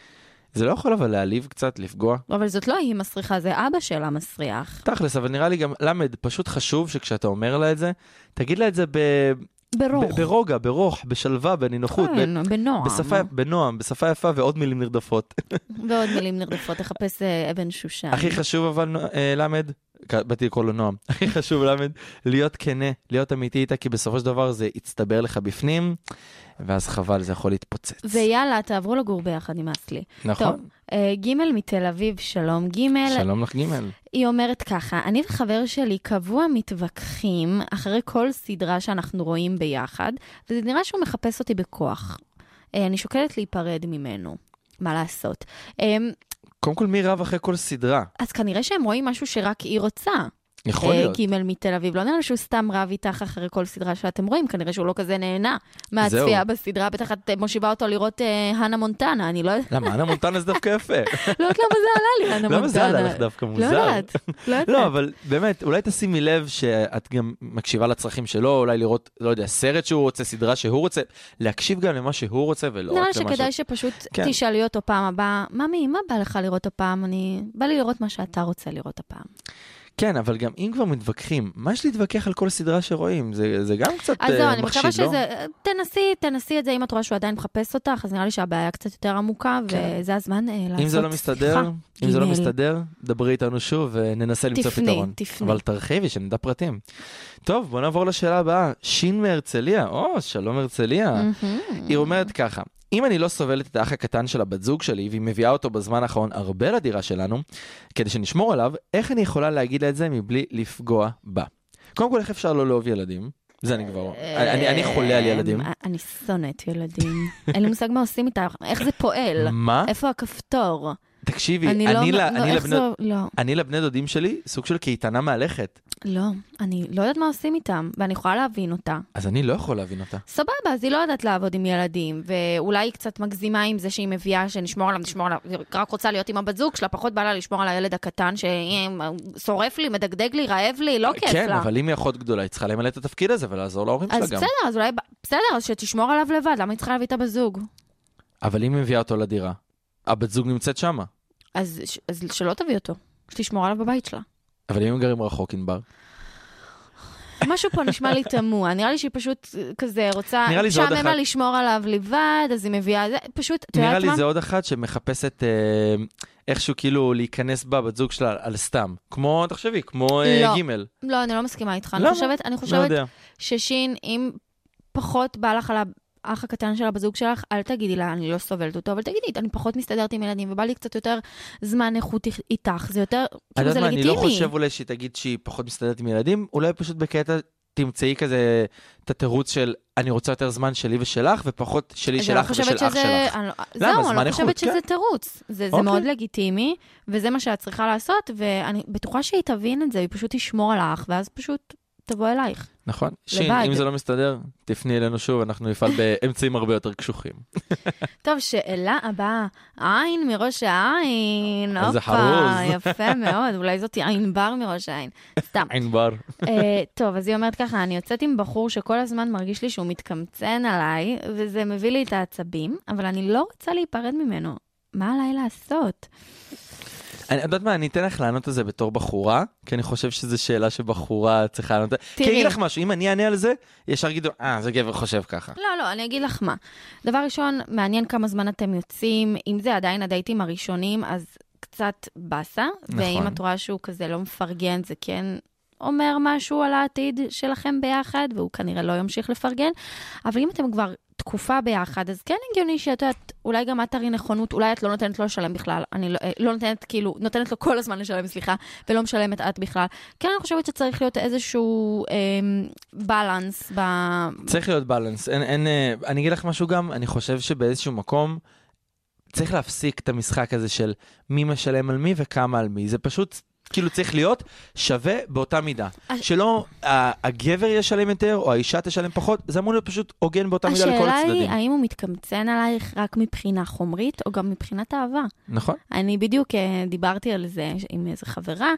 זה לא יכול אבל להעליב קצת, לפגוע. אבל זאת לא היא מסריחה, זה אבא שלה מסריח. תכלס, אבל נראה לי גם, למד, פשוט חשוב שכשאתה אומר לה את זה, תגיד לה את זה ב... ברוך. ב- ברוגע, ברוך, בשלווה, בנינוחות, ב- כן, בנועם. בשפה, בנועם, בשפה יפה ועוד מילים נרדפות. ועוד מילים נרדפות, תחפש אה, אבן שושן. הכי חשוב אבל, אה, למד, באתי לקרוא לו נועם, הכי חשוב למד, להיות כנה, להיות אמיתי איתה, כי בסופו של דבר זה יצטבר לך בפנים, ואז חבל, זה יכול להתפוצץ. ויאללה, תעברו לגור ביחד, נמאס לי. נכון. טוב, אה, ג' מתל אביב, שלום ג'. שלום לך גימל. היא אומרת ככה, אני וחבר שלי קבוע מתווכחים אחרי כל סדרה שאנחנו רואים ביחד, וזה נראה שהוא מחפש אותי בכוח. אה, אני שוקלת להיפרד ממנו. מה לעשות? אה, קודם כל, מי רב אחרי כל סדרה? אז כנראה שהם רואים משהו שרק היא רוצה. יכול אה, להיות. ג' מתל אביב. לא נראה לי שהוא סתם רב איתך אחרי כל סדרה שאתם רואים, כנראה שהוא לא כזה נהנה מהצפייה בסדרה, בטח את מושיבה אותו לראות אה, הנה מונטנה, אני לא יודעת למה, אנה מונטנה זה דווקא יפה. לא יודעת למה זה עלה לי, הנה מונטנה. למה זה עלה לך דווקא לא מוזר? יודעת, לא יודעת. לא, אבל באמת, אולי תשימי לב שאת גם מקשיבה לצרכים שלו, אולי לראות, לא יודע, סרט שהוא רוצה, סדרה שהוא רוצה, להקשיב גם למה שהוא רוצה ולא נראה רק למה שכדאי שפשוט כן. תשאלי אותו פעם הבאה, ממי, מה בא לך לראות הפעם? אני... בא לי לראות מה שאתה רוצה לראות הפעם. כן, אבל גם אם כבר מתווכחים, מה יש להתווכח על כל סדרה שרואים? זה, זה גם קצת אז זהו, אה, אני מחשיד, מקווה לא? שזה... תנסי, תנסי את זה אם את רואה שהוא עדיין מחפש אותך, אז נראה לי שהבעיה קצת יותר עמוקה, כן. וזה הזמן אה, לעשות שיחה. אם זה לא מסתדר, אם זה לא גימל. מסתדר, דברי איתנו שוב וננסה למצוא תפני, פתרון. תפני. אבל תרחיבי, שנדע פרטים. טוב, בוא נעבור לשאלה הבאה. שין מהרצליה. או, שלום הרצליה. מהמם. היא אומרת ככה, אם אני לא סובלת את האח הקטן של הבת זוג שלי, והיא מביאה אותו בזמן האחרון הרבה לדירה שלנו, כדי שנשמור עליו, איך אני יכולה להגיד לה את זה מבלי לפגוע בה? קודם כל, איך אפשר לא לאהוב ילדים? זה אני כבר... אני, אני חולה על ילדים. אה, אני שונאת ילדים. אין לי מושג מה עושים איתה, איך זה פועל? מה? איפה הכפתור? תקשיבי, אני אני, לא... ל- לא, אני, איך לבני, זה... לא. אני לבני דודים שלי סוג של קייטנה מהלכת. לא, אני לא יודעת מה עושים איתם, ואני יכולה להבין אותה. אז אני לא יכול להבין אותה. סבבה, אז היא לא יודעת לעבוד עם ילדים, ואולי היא קצת מגזימה עם זה שהיא מביאה, שנשמור עליו, נשמור עליו, היא רק רוצה להיות עם הבת זוג שלה, פחות בא לה לשמור על הילד הקטן, ששורף לי, מדגדג לי, רעב לי, לא כיף לה. כן, אבל אם היא אחות גדולה, היא צריכה למלא את התפקיד הזה ולעזור להורים שלה אז גם. בסדר, אז אולי, בסדר, אז שתשמור עליו לבד, למה היא צריכה להביא את הבזוג? אבל אם היא מביאה אותו לדירה, הבת זוג נמצאת שמה. אז, אז שלא תביא אותו, שתשמור עליו בבית שלה. אבל אם הם גרים רחוק, ענבר. משהו פה נשמע לי תמוה, נראה לי שהיא פשוט כזה רוצה, נראה לי זה עוד משעמם אחת. לה לשמור עליו לבד, אז היא מביאה, זה פשוט, את יודעת נראה לי מה? זה עוד אחת שמחפשת אה, איכשהו כאילו להיכנס בה בת זוג שלה על סתם. כמו, תחשבי, כמו אה, לא. גימל. לא, אני לא מסכימה איתך, למה? אני חושבת, אני לא חושבת יודע. ששין, אם פחות בא לך על האח הקטן שלה בזוג שלך, אל תגידי לה, אני לא סובלת אותו, אבל תגידי, אני פחות מסתדרת עם ילדים, ובא לי קצת יותר זמן איכות איתך, זה יותר, כאילו זה אני לגיטימי. לא חושב אולי שהיא תגיד שהיא פחות מסתדרת עם ילדים, אולי פשוט בקטע תמצאי כזה את התירוץ של אני רוצה יותר זמן שלי ושלך, ופחות שלי שלך ושל אח שלך. אני לא, למה? זהו, זמן אני לא חושבת איכות, שזה כן. תירוץ. זה, זה אוקיי. מאוד לגיטימי, וזה מה שאת צריכה לעשות, ואני בטוחה שהיא תבין את זה, היא פשוט תשמור על האח, ואז פשוט תבוא אלייך. נכון. שין, אם זה לא מסתדר, תפני אלינו שוב, אנחנו נפעל באמצעים הרבה יותר קשוחים. טוב, שאלה הבאה, עין מראש העין. איזה חרוז. יפה מאוד, אולי זאתי עין בר מראש העין. סתם. עין בר. טוב, אז היא אומרת ככה, אני יוצאת עם בחור שכל הזמן מרגיש לי שהוא מתקמצן עליי, וזה מביא לי את העצבים, אבל אני לא רוצה להיפרד ממנו. מה עליי לעשות? אני יודעת מה, אני אתן לך לענות על זה בתור בחורה, כי אני חושב שזו שאלה שבחורה צריכה לענות. כי אני אגיד לך משהו, אם אני אענה על זה, ישר גידו, אה, זה גבר חושב ככה. לא, לא, אני אגיד לך מה. דבר ראשון, מעניין כמה זמן אתם יוצאים, אם זה עדיין הדייטים הראשונים, אז קצת בסה, נכון. ואם את רואה שהוא כזה לא מפרגן, זה כן אומר משהו על העתיד שלכם ביחד, והוא כנראה לא ימשיך לפרגן, אבל אם אתם כבר תקופה ביחד, אז כן הגיוני שאת יודעת, אולי גם את תראי נכונות, אולי את לא נותנת לו לשלם בכלל, אני לא, לא נותנת, כאילו, נותנת לו כל הזמן לשלם, סליחה, ולא משלמת את בכלל. כן, אני חושבת שצריך להיות איזשהו אה, בלנס ב... צריך להיות בלנס. אין, אין, אני אגיד לך משהו גם, אני חושב שבאיזשהו מקום, צריך להפסיק את המשחק הזה של מי משלם על מי וכמה על מי. זה פשוט... כאילו צריך להיות שווה באותה מידה. שלא הגבר ישלם יותר, או האישה תשלם פחות, זה אמור להיות פשוט הוגן באותה מידה לכל הצדדים. השאלה היא, האם הוא מתקמצן עלייך רק מבחינה חומרית, או גם מבחינת אהבה? נכון. אני בדיוק דיברתי על זה עם איזו חברה,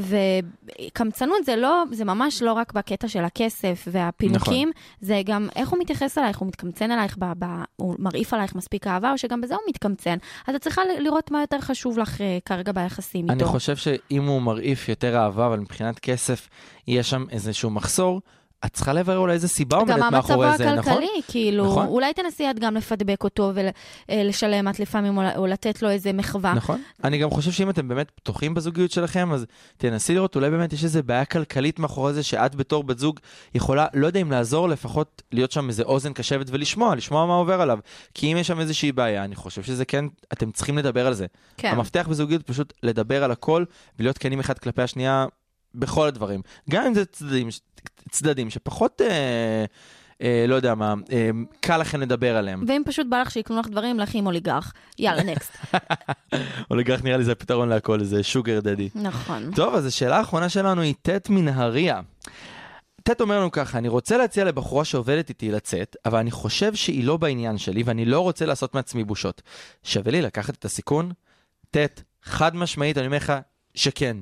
וקמצנות זה לא, זה ממש לא רק בקטע של הכסף והפינוקים, זה גם איך הוא מתייחס עלייך, הוא מתקמצן עלייך, הוא מרעיף עלייך מספיק אהבה, או שגם בזה הוא מתקמצן. אז את צריכה לראות מה יותר חשוב לך כרגע ביחסים איתו. אני חושב שאם הוא מרעיף יותר אהבה, אבל מבחינת כסף יש שם איזשהו מחסור, את צריכה לברר אולי איזה סיבה עומדת מאחורי זה, נכון? גם המצבו הכלכלי, כאילו, נכון? אולי תנסי את גם לפדבק אותו ולשלם את לפעמים, או לתת לו איזה מחווה. נכון. אני גם חושב שאם אתם באמת פתוחים בזוגיות שלכם, אז תנסי לראות, אולי באמת יש איזו בעיה כלכלית מאחורי זה, שאת בתור בת זוג יכולה, לא יודע אם לעזור, לפחות להיות שם איזה אוזן קשבת ולשמוע, לשמוע מה עובר עליו. כי אם יש שם איזושהי בעיה, אני חושב שזה כן, אתם צריכים לדבר על זה. כן. המפתח בזוגיות פשוט לדבר על הכל, ולהיות כנים אחד כלפי השנייה בכל הדברים. גם אם זה צדדים, צדדים שפחות, אה, אה, לא יודע מה, אה, קל לכם לדבר עליהם. ואם פשוט בא לך שיקנו לך דברים, לך עם אוליגרח. יאללה, נקסט. אוליגרח נראה לי זה הפתרון להכל, זה שוגר דדי. נכון. טוב, אז השאלה האחרונה שלנו היא תת מנהריה. תת אומר לנו ככה, אני רוצה להציע לבחורה שעובדת איתי לצאת, אבל אני חושב שהיא לא בעניין שלי, ואני לא רוצה לעשות מעצמי בושות. שווה לי לקחת את הסיכון? תת, חד משמעית, אני אומר לך שכן.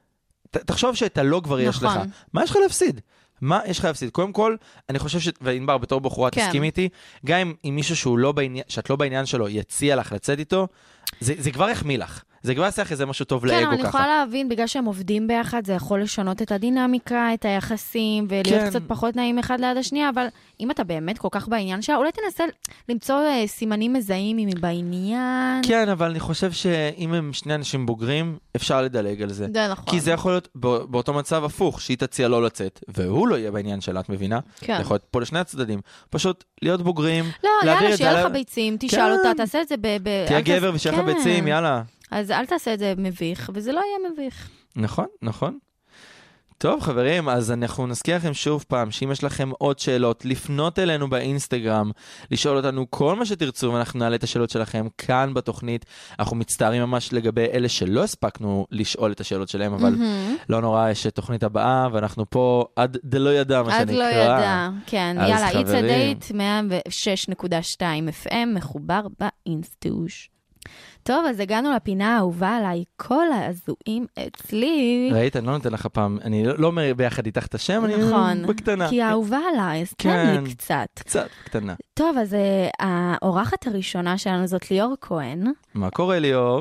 תחשוב שאת הלא כבר יש לך. מה יש לך להפסיד? מה יש לך להפסיד? קודם כל, אני חושב ש... ואינבר, בתור בחורה תסכים איתי, גם אם, אם מישהו שהוא לא בעניין, שאת לא בעניין שלו, יציע לך לצאת איתו, זה, זה כבר יחמיא לך. זה כבר יעשה לך איזה משהו טוב לאגו ככה. כן, אני יכולה להבין, בגלל שהם עובדים ביחד, זה יכול לשנות את הדינמיקה, את היחסים, ולהיות קצת פחות נעים אחד ליד השנייה, אבל אם אתה באמת כל כך בעניין שלה, אולי תנסה למצוא סימנים מזהים אם היא בעניין. כן, אבל אני חושב שאם הם שני אנשים בוגרים, אפשר לדלג על זה. זה נכון. כי זה יכול להיות באותו מצב הפוך, שהיא תציע לא לצאת, והוא לא יהיה בעניין שלה, את מבינה? כן. יכול להיות פה לשני הצדדים. פשוט להיות בוגרים, לא, יאללה, שיהיה לך ביצים, תשאל אותה, תעשה את זה ב... תהיה גבר ושיהיה לך ביצים, יאללה. אז אל תעשה את זה מביך, וזה לא יהיה מביך. נכון, נכון. טוב, חברים, אז אנחנו נזכיר לכם שוב פעם, שאם יש לכם עוד שאלות, לפנות אלינו באינסטגרם, לשאול אותנו כל מה שתרצו, ואנחנו נעלה את השאלות שלכם כאן בתוכנית. אנחנו מצטערים ממש לגבי אלה שלא הספקנו לשאול את השאלות שלהם, אבל mm-hmm. לא נורא, יש תוכנית הבאה, ואנחנו פה עד דלא ידע, מה שנקרא. עד לא ידע, כן. יאללה, חברים... It's a Date, מאה ושש נקודה שתיים אף אם, מחובר באינסטוש. טוב, אז הגענו לפינה האהובה עליי, כל הזויים אצלי. ראית, אני לא נותן לך פעם, אני לא אומר ביחד איתך את השם, נכון, אני בקטנה. כי האהובה עליי, אז תן לי קצת. קצת, קטנה. טוב, אז האורחת הראשונה שלנו זאת ליאור כהן. מה קורה ליאור?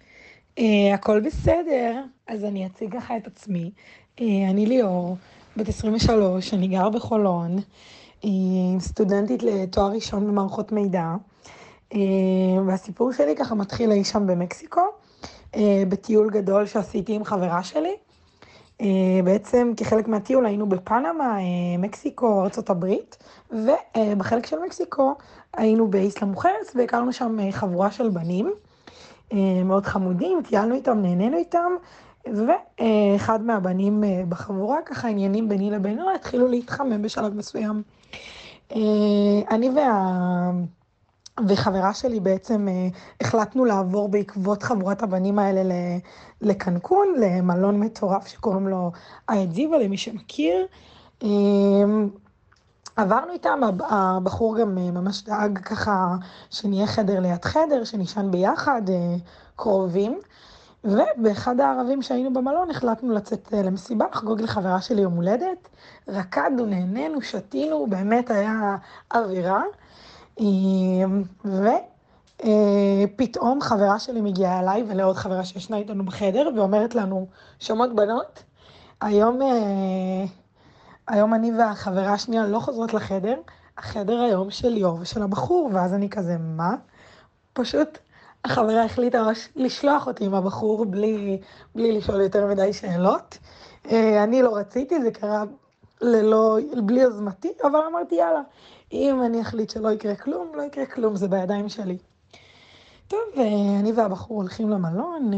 הכל בסדר, אז אני אציג לך את עצמי. אני ליאור, בת עשרים ושלוש, אני גר בחולון, סטודנטית לתואר ראשון במערכות מידע. והסיפור שלי ככה מתחיל אי שם במקסיקו, בטיול גדול שעשיתי עם חברה שלי. בעצם כחלק מהטיול היינו בפנמה, מקסיקו, ארצות הברית, ובחלק של מקסיקו היינו באיסלה מוחרס, והכרנו שם חבורה של בנים, מאוד חמודים, טיילנו איתם, נהנינו איתם, ואחד מהבנים בחבורה, ככה עניינים ביני לבינו, התחילו להתחמם בשלב מסוים. אני וה... וחברה שלי בעצם החלטנו לעבור בעקבות חבורת הבנים האלה לקנקון, למלון מטורף שקוראים לו האדזיבה, למי שמכיר. עברנו איתם, הבחור גם ממש דאג ככה שנהיה חדר ליד חדר, שנשען ביחד, קרובים. ובאחד הערבים שהיינו במלון החלטנו לצאת למסיבה, לחגוג לחברה שלי יום הולדת. רקדנו, נהנינו, שתינו, באמת היה אווירה. ופתאום חברה שלי מגיעה אליי ולעוד חברה שישנה איתנו בחדר ואומרת לנו, שומעות בנות, היום, היום אני והחברה השנייה לא חוזרות לחדר, החדר היום של ליאור ושל הבחור, ואז אני כזה, מה? פשוט החברה החליטה לשלוח אותי עם הבחור בלי, בלי לשאול יותר מדי שאלות. אני לא רציתי, זה קרה ללא, בלי יוזמתי, אבל אמרתי יאללה, אם אני אחליט שלא יקרה כלום, לא יקרה כלום, זה בידיים שלי. טוב, אני והבחור הולכים למלון,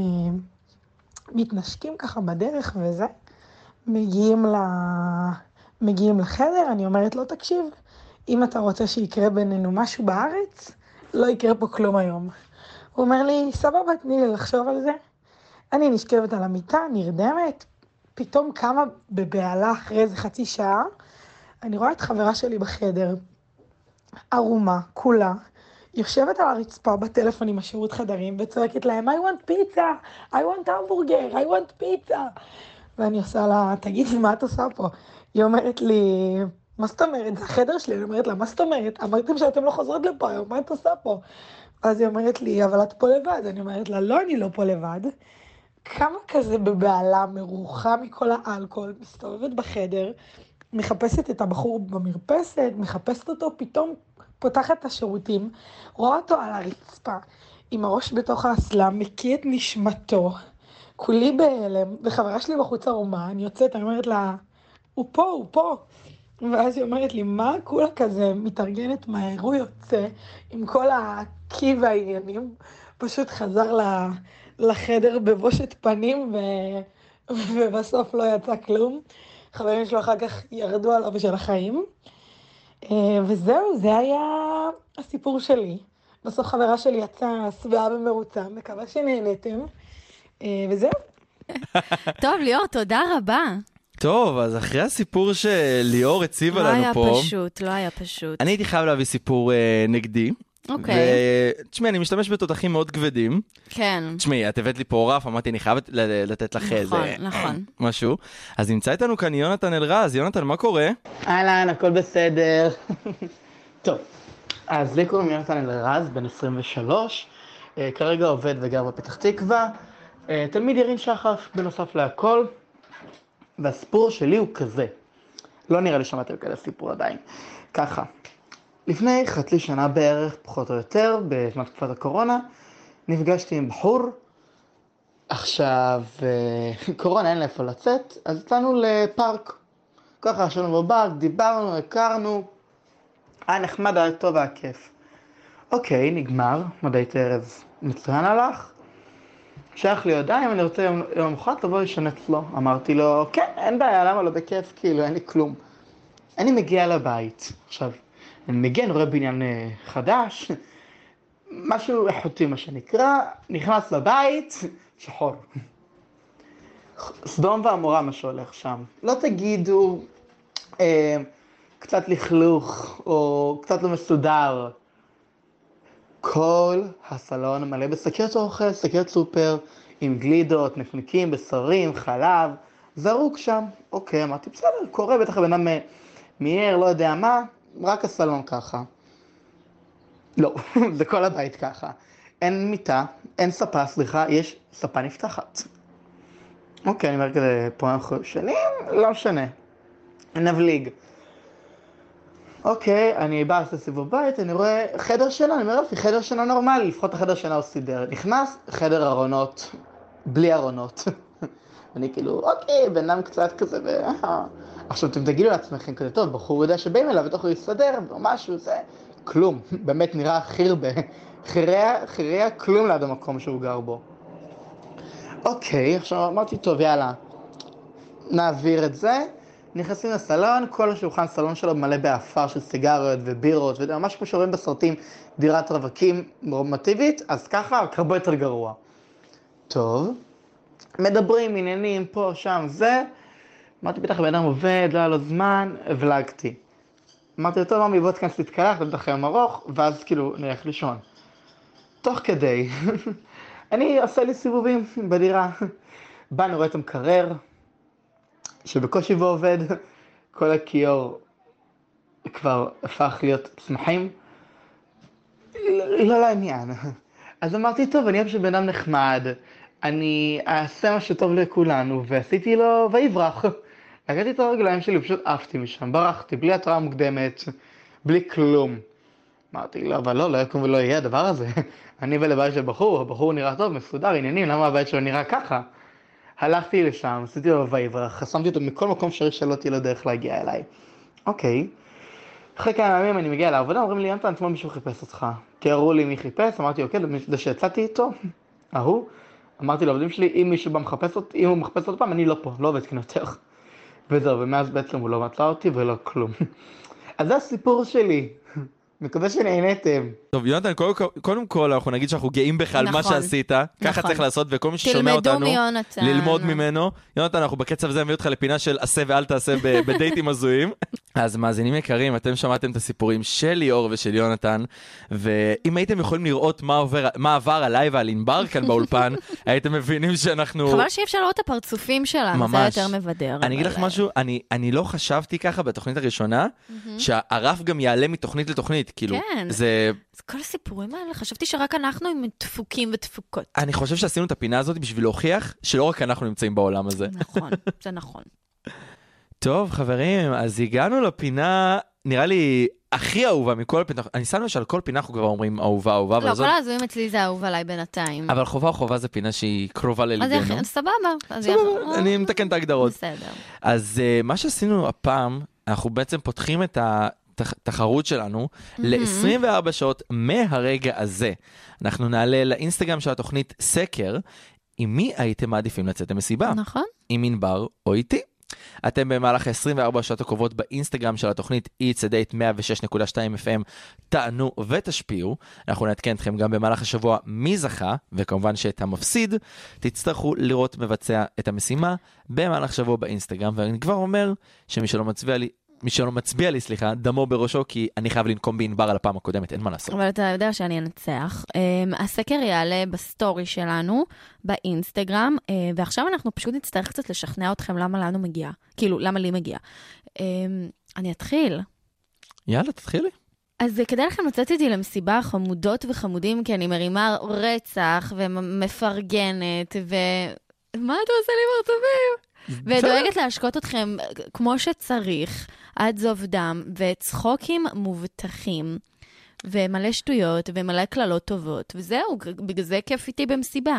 מתנשקים ככה בדרך וזה, מגיעים, ל... מגיעים לחדר, אני אומרת לו, תקשיב, אם אתה רוצה שיקרה בינינו משהו בארץ, לא יקרה פה כלום היום. הוא אומר לי, סבבה, תני לי לחשוב על זה. אני נשכבת על המיטה, נרדמת, פתאום קמה בבעלה אחרי איזה חצי שעה, אני רואה את חברה שלי בחדר, ערומה, כולה, יושבת על הרצפה בטלפון עם השירות חדרים, וצועקת להם, I want pizza, I want hamburger, I want pizza. ואני עושה לה, תגיד, מה את עושה פה? היא אומרת לי, מה זאת אומרת? זה החדר שלי. אני אומרת לה, מה זאת אומרת? אמרתם שאתם לא חוזרות לפה היום, מה את עושה פה? אז היא אומרת לי, אבל את פה לבד. אני אומרת לה, לא, אני לא פה לבד. כמה כזה בבעלה, מרוחה מכל האלכוהול, מסתובבת בחדר, מחפשת את הבחור במרפסת, מחפשת אותו, פתאום פותחת את השירותים, רואה אותו על הרצפה, עם הראש בתוך האסלה, מקיא את נשמתו, כולי בהלם, וחברה שלי בחוץ ערומה, אני יוצאת, אני אומרת לה, הוא פה, הוא פה. ואז היא אומרת לי, מה כולה כזה מתארגנת מהר, הוא יוצא עם כל הקי והעניינים, פשוט חזר לחדר בבושת פנים, ו... ובסוף לא יצא כלום. חברים שלו אחר כך ירדו עליו של החיים. וזהו, זה היה הסיפור שלי. בסוף חברה שלי יצאה שבעה במרוצה, מקווה שנהנתם. וזהו. טוב, ליאור, תודה רבה. טוב, אז אחרי הסיפור שליאור הציבה לא לנו היה פה... פשוט, לא היה פשוט. אני הייתי חייב להביא סיפור אה, נגדי. אוקיי. ותשמעי, אני משתמש בתותחים מאוד כבדים. כן. תשמעי, את הבאת לי פה רף, אמרתי, אני חייב לתת לך איזה... נכון, נכון. משהו. אז נמצא איתנו כאן יונתן אלרז. יונתן, מה קורה? אהלן, הכל בסדר. טוב, אז לי קוראים יונתן אלרז, בן עשרים ושלוש, כרגע עובד וגר בפתח תקווה, תלמיד ירין שחף בנוסף להכל, והסיפור שלי הוא כזה. לא נראה לי שמעתי על כזה סיפור עדיין. ככה, לפני חצי שנה בערך, פחות או יותר, בזמן תקופת הקורונה, נפגשתי עם בחור. עכשיו, קורונה אין לאיפה לצאת, אז יצאנו לפארק. ככה ישבנו בבארק, דיברנו, הכרנו, היה נחמד, היה טוב, היה כיף. אוקיי, נגמר, מדעית ערב מצוין הלך. שלח לי הודעה, אם אני רוצה יום, יום אחד, לבוא לשן אצלו. אמרתי לו, כן, אין בעיה, למה לא בכיף, כאילו, אין לי כלום. אני מגיע לבית. עכשיו, אני מגיע, אני רואה בניין חדש, משהו איכותי מה שנקרא, נכנס לבית, שחור. סדום ועמורה מה שהולך שם. לא תגידו אה, קצת לכלוך או קצת לא מסודר. כל הסלון מלא בסקיות אוכל, סקיות סופר, עם גלידות, נקניקים, בשרים, חלב, זרוק שם. אוקיי, אמרתי, בסדר, קורה, בטח הבן אדם מיהר, לא יודע מה, רק הסלון ככה. לא, זה כל הבית ככה. אין מיטה, אין ספה, סליחה, יש ספה נפתחת. אוקיי, אני אומר כזה, פה אנחנו שנים, לא משנה. נבליג. אוקיי, אני בא לעשות סיבוב בית, אני רואה חדר שינה, אני אומר, יופי, חדר שינה נורמלי, לפחות החדר שינה הוא סידר. נכנס, חדר ארונות, בלי ארונות. ואני כאילו, אוקיי, בינם קצת כזה, ו... עכשיו, אתם תגידו לעצמכם כזה, טוב, בחור יודע שבאים אליו, ותוכלו להסתדר, או משהו, זה... כלום, באמת נראה חיר ב... חיריה כלום ליד המקום שהוא גר בו. אוקיי, עכשיו אמרתי, טוב, יאללה, נעביר את זה. נכנסים לסלון, כל השולחן סלון שלו מלא באפר של סיגריות ובירות, וממש כמו שרואים בסרטים דירת רווקים נורמטיבית, אז ככה, רק הרבה יותר גרוע. טוב, מדברים, עניינים, פה, שם, זה, אמרתי, בטח בן אדם עובד, לא היה לו זמן, הבלגתי. אמרתי לו, טוב, ממי, בוא תכנס להתקלח, זה בטח יום ארוך, ואז כאילו נלך לישון. תוך כדי, אני עושה לי סיבובים בדירה. בא, אני רואה את המקרר, שבקושי בו עובד, כל הכיור כבר הפך להיות צמחים. לא לעניין. אז אמרתי, טוב, אני אוהב שבן אדם נחמד, אני אעשה משהו טוב לכולנו, ועשיתי לו ויברח. לקחתי את הרגליים שלי, פשוט עפתי משם, ברחתי, בלי התראה מוקדמת, בלי כלום. אמרתי, לא, אבל לא, לא יקום ולא יהיה הדבר הזה. אני ולבית של בחור, הבחור נראה טוב, מסודר, עניינים, למה הבית שלו נראה ככה? הלכתי לשם, עשיתי לו ויברח, חסמתי אותו מכל מקום שרי שלא תהיה לו דרך להגיע אליי. אוקיי. אחרי כמה ימים אני מגיע לעבודה, אומרים לי, יונתן, עצמו מישהו חיפש אותך. תיארו לי מי חיפש, אמרתי, אוקיי, זה שיצאתי איתו, ההוא. אמרתי לעובדים שלי, אם מישהו בא מחפש אותי, אם הוא מחפש עוד פעם, אני לא פה, לא עובד כאן יותר. וזהו, ומאז בעצם הוא לא מצא אותי ולא כלום. אז זה הסיפור שלי. מקווה שנהנתם. טוב, יונתן, קודם כל אנחנו נגיד שאנחנו גאים בך על מה שעשית, ככה צריך לעשות, וכל מי ששומע אותנו, תלמדו מיונתן. ללמוד ממנו. יונתן, אנחנו בקצב הזה מביא אותך לפינה של עשה ואל תעשה בדייטים הזויים. אז מאזינים יקרים, אתם שמעתם את הסיפורים של ליאור ושל יונתן, ואם הייתם יכולים לראות מה עבר עליי ועל ענבר כאן באולפן, הייתם מבינים שאנחנו... חבל שאי אפשר לראות את הפרצופים שלנו, זה יותר מבדר. אני אגיד לך משהו, אני לא חשבתי ככה בתוכנית הראשונה, שהרף גם יעלה מתוכנית לתוכנית, כאילו, זה... אז כל הסיפורים האלה, חשבתי שרק אנחנו עם דפוקים ודפוקות. אני חושב שעשינו את הפינה הזאת בשביל להוכיח שלא רק אנחנו נמצאים בעולם הזה. נכון, זה נכון. טוב, חברים, אז הגענו לפינה, נראה לי, הכי אהובה מכל הפינה. אני שם שעל כל פינה אנחנו כבר אומרים אהובה, אהובה. לא, כל הזויים אצלי זה אהוב עליי בינתיים. אבל חובה או חובה זה פינה שהיא קרובה לליבנו. אז סבבה. סבבה, אני מתקן את ההגדרות. בסדר. אז מה שעשינו הפעם, אנחנו בעצם פותחים את ה... תחרות שלנו ל-עשרים וארבע שעות מהרגע הזה. אנחנו נעלה לאינסטגרם של התוכנית סקר, עם מי הייתם מעדיפים לצאת למסיבה? נכון. עם ענבר או איתי. אתם במהלך עשרים וארבע שעות הקרובות באינסטגרם של התוכנית It's a Date מאה ושש נקודה שתיים אף אם תענו ותשפיעו. אנחנו נעדכן אתכם גם במהלך השבוע מי זכה, וכמובן שאת המפסיד תצטרכו לראות מבצע את המשימה במהלך שבוע באינסטגרם, ואני כבר אומר שמי שלא מצביע לי מי שלא מצביע לי, סליחה, דמו בראשו, כי אני חייב לנקום בענבר על הפעם הקודמת, אין מה לעשות. אבל אתה יודע שאני אנצח. הסקר יעלה בסטורי שלנו, באינסטגרם, ועכשיו אנחנו פשוט נצטרך קצת לשכנע אתכם למה לנו מגיע. כאילו, למה לי מגיע. אני אתחיל. יאללה, תתחילי. אז כדאי לכם לצאת איתי למסיבה חמודות וחמודים, כי אני מרימה רצח ומפרגנת, ו... מה אתה עושה לי מרצבים? ודואגת להשקות אתכם כמו שצריך, עד זוב דם, וצחוקים מובטחים, ומלא שטויות, ומלא כללות טובות, וזהו, בגלל זה כיף איתי במסיבה.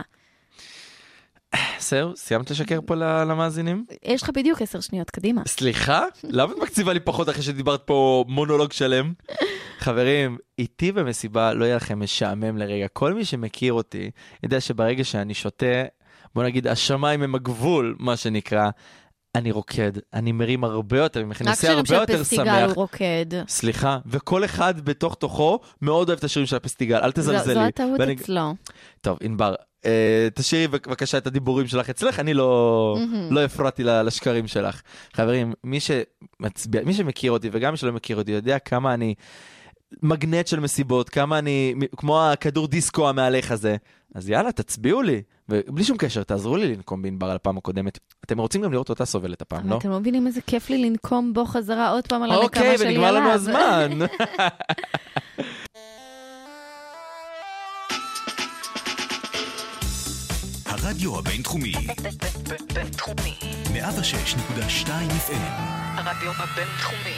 זהו, סיימת לשקר פה למאזינים? יש לך בדיוק עשר שניות, קדימה. סליחה? למה את מקציבה לי פחות אחרי שדיברת פה מונולוג שלם? חברים, איתי במסיבה לא יהיה לכם משעמם לרגע. כל מי שמכיר אותי, יודע שברגע שאני שותה, בוא נגיד, השמיים הם הגבול, מה שנקרא, אני רוקד, אני מרים הרבה יותר, מכניסי הרבה יותר שמח. רק שירים של פסטיגל הוא רוקד. סליחה, וכל אחד בתוך תוכו מאוד אוהב את השירים של הפסטיגל, אל תזלזלי. זו הטעות אצלו. טוב, ענבר, תשאירי בבקשה את הדיבורים שלך אצלך, אני לא הפרעתי לשקרים שלך. חברים, מי שמכיר אותי וגם מי שלא מכיר אותי, יודע כמה אני מגנט של מסיבות, כמה אני, כמו הכדור דיסקו המהלך הזה. אז יאללה, תצביעו לי. ובלי שום קשר, תעזרו לי לנקום בענבר על הפעם הקודמת. אתם רוצים גם לראות אותה סובלת הפעם, לא? אתם לא מבינים איזה כיף לי לנקום בו חזרה עוד פעם על הנקמה שלי עליו. אוקיי, ונגמר לנו הזמן. הרדיו הבינתחומי. בינתחומי. מאה ושש נקודה שתיים אף אם. הרדיו הבינתחומי.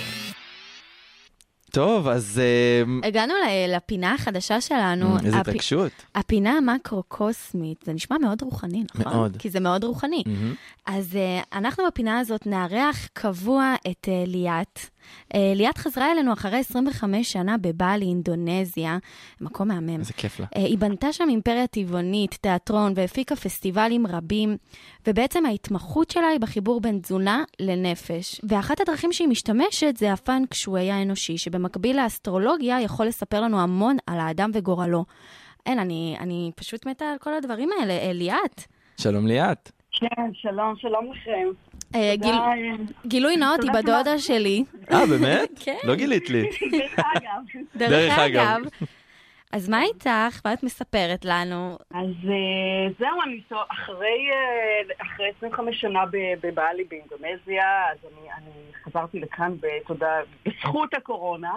טוב, אז... הגענו לפינה החדשה שלנו. איזה התרגשות. הפינה המקרו-קוסמית. זה נשמע מאוד רוחני, נכון? מאוד. כי זה מאוד רוחני. אז אנחנו בפינה הזאת נארח קבוע את ליאת. ליאת חזרה אלינו אחרי עשרים וחמש שנה בבאלי, אינדונזיה, מקום מהמם. איזה כיף לה. היא בנתה שם אימפריה טבעונית, תיאטרון, והפיקה פסטיבלים רבים, ובעצם ההתמחות שלה היא בחיבור בין תזונה לנפש. ואחת הדרכים שהיא משתמשת זה הפן קשועי האנושי, שבמקביל לאסטרולוגיה יכול לספר לנו המון על האדם וגורלו. אין, אני, אני פשוט מתה על כל הדברים האלה. ליאת. שלום ליאת. כן, שלום, שלום לכם. גילוי נאות היא בדודה שלי. אה, באמת? כן. לא גילית לי. דרך אגב. דרך אגב. אז מה איתך? מה את מספרת לנו? אז זהו, אני אחרי עשרים וחמש שנה בבעלי באינדונזיה, אז אני חזרתי לכאן בתודה, בזכות הקורונה.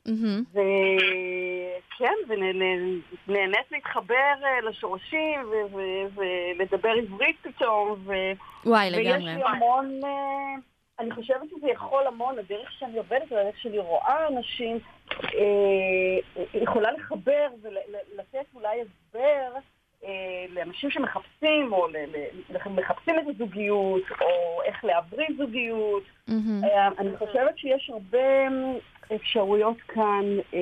וכן, ונהנית להתחבר לשורשים ולדבר עברית פתאום. וואי, לגמרי. ויש לי המון, אני חושבת שזה יכול המון, הדרך שאני עובדת, הדרך שלי רואה אנשים, יכולה לחבר ולתת אולי הסבר לאנשים שמחפשים, או מחפשים את הזוגיות, או איך להבריא זוגיות. אני חושבת שיש הרבה אפשרויות כאן,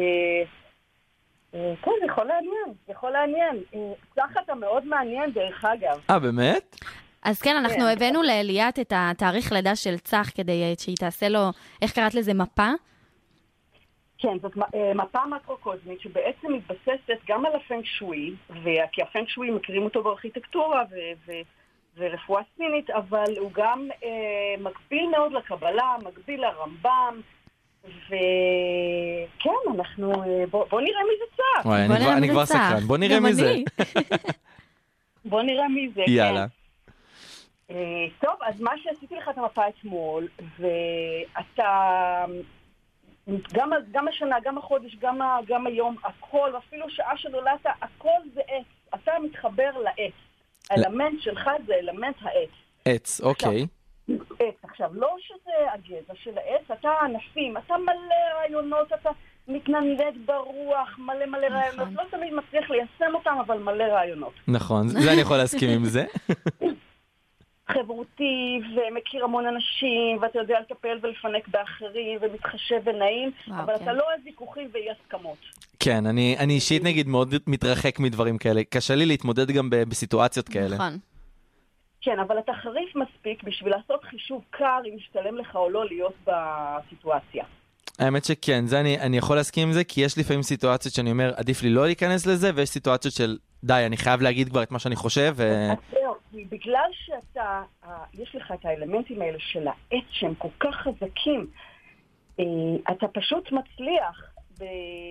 כן, זה יכול לעניין, זה יכול לעניין. צח אתה מאוד מעניין דרך אגב. אה, באמת? אז כן, אנחנו הבאנו לאליאת את התאריך לידה של צח, כדי שהיא תעשה לו, איך קראת לזה, מפה? כן, זאת מפה מקרו-קוזמית שבעצם מתבססת גם על הפנג שווי, כי הפנג שווי מכירים אותו בארכיטקטורה ורפואה סינית, אבל הוא גם מקביל מאוד לקבלה, מקביל לרמב"ם, וכן, אנחנו, בוא נראה מי זה צח. וואי, אני כבר סקרן, בוא נראה מי זה. בוא נראה מי זה, יאללה. טוב, אז מה שעשיתי לך את המפה אתמול, ואתה... גם, גם השנה, גם החודש, גם, גם היום, הכל, אפילו שעה שנולדת, הכל זה עץ. אתה מתחבר לעץ. האלמנט שלך זה אלמנט העץ. עץ, אוקיי. עץ. עכשיו, לא שזה הגזע של העץ, אתה ענפים, אתה מלא רעיונות, אתה מתנדד ברוח, מלא מלא רעיונות. לא תמיד מצליח ליישם אותם, אבל מלא רעיונות. נכון, זה אני יכול להסכים עם זה. חברותי ומכיר המון אנשים, ואתה יודע לטפל ולפנק באחרים, ומתחשב ונעים, אבל אתה לא אוהב ויכוחים ואי הסכמות. כן, אני אישית נגיד מאוד מתרחק מדברים כאלה. קשה לי להתמודד גם בסיטואציות כאלה. נכון. כן, אבל אתה חריף מספיק בשביל לעשות חישוב קר אם משתלם לך או לא להיות בסיטואציה. האמת שכן, זה אני, אני יכול להסכים עם זה, כי יש לפעמים סיטואציות שאני אומר, עדיף לי לא להיכנס לזה, ויש סיטואציות של, די, אני חייב להגיד כבר את מה שאני חושב. ו... בגלל שאתה, יש לך את האלמנטים האלה של העץ שהם כל כך חזקים, אתה פשוט מצליח ב...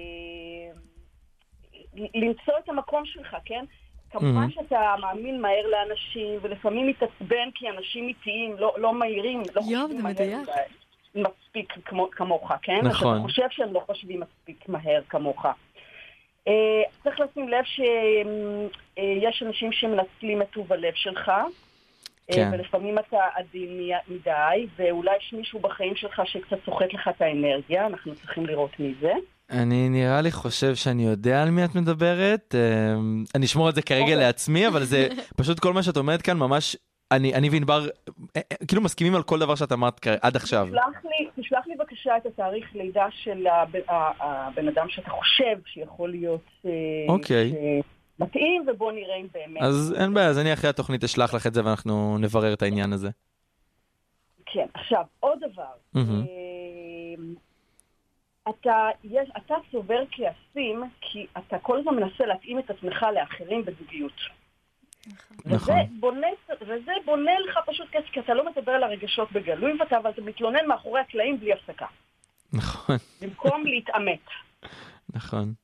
למצוא את המקום שלך, כן? כמובן שאתה מאמין מהר לאנשים, ולפעמים מתעצבן כי אנשים איטיים, לא, לא מהירים, לא חושבים מהר מספיק כמו, כמוך, כן? נכון. אתה חושב שהם לא חושבים מספיק מהר כמוך. Uh, צריך לשים לב שיש uh, אנשים שמנצלים את טוב הלב שלך, כן. uh, ולפעמים אתה עדין מדי, ואולי יש מישהו בחיים שלך שקצת סוחט לך את האנרגיה, אנחנו צריכים לראות מי זה. אני נראה לי חושב שאני יודע על מי את מדברת, uh, אני אשמור את זה כרגע okay. לעצמי, אבל זה פשוט כל מה שאת אומרת כאן ממש, אני, אני וינבר, כאילו מסכימים על כל דבר שאת אמרת עד עכשיו. תשלח לי, תשלח לי בבקשה את התאריך לידה של הבן, הבן אדם שאתה חושב שיכול להיות אוקיי. מתאים, ובוא נראה אם באמת. אז אין בעיה, אז אני אחרי התוכנית אשלח לך את זה ואנחנו נברר את העניין הזה. כן, עכשיו, עוד דבר. Mm-hmm. אתה, יש, אתה סובר כעסים, כי אתה כל הזמן מנסה להתאים את עצמך לאחרים בזוגיות. נכון. וזה בונה, וזה בונה לך פשוט כסף, כי אתה לא מדבר על הרגשות בגלוי, ואתה, אבל אתה מתלונן מאחורי הקלעים בלי הפסקה. נכון. במקום להתאמת. נכון.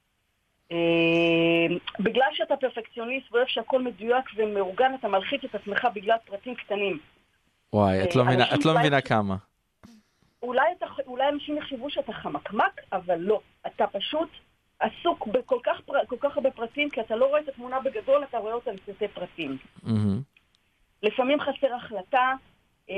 בגלל שאתה פרפקציוניסט, ואוהב שהכל מדויק ומאורגן, אתה מלחיץ את עצמך בגלל פרטים קטנים. וואי, את לא מבינה, את לא מבינה כמה. אולי, אתה, אולי אנשים יחשבו שאתה חמקמק, אבל לא. אתה פשוט עסוק בכל כך, כל כך הרבה פרטים, כי אתה לא רואה את התמונה בגדול, אתה רואה אותה לפרטי פרטים. Mm-hmm. לפעמים חסר החלטה, אה,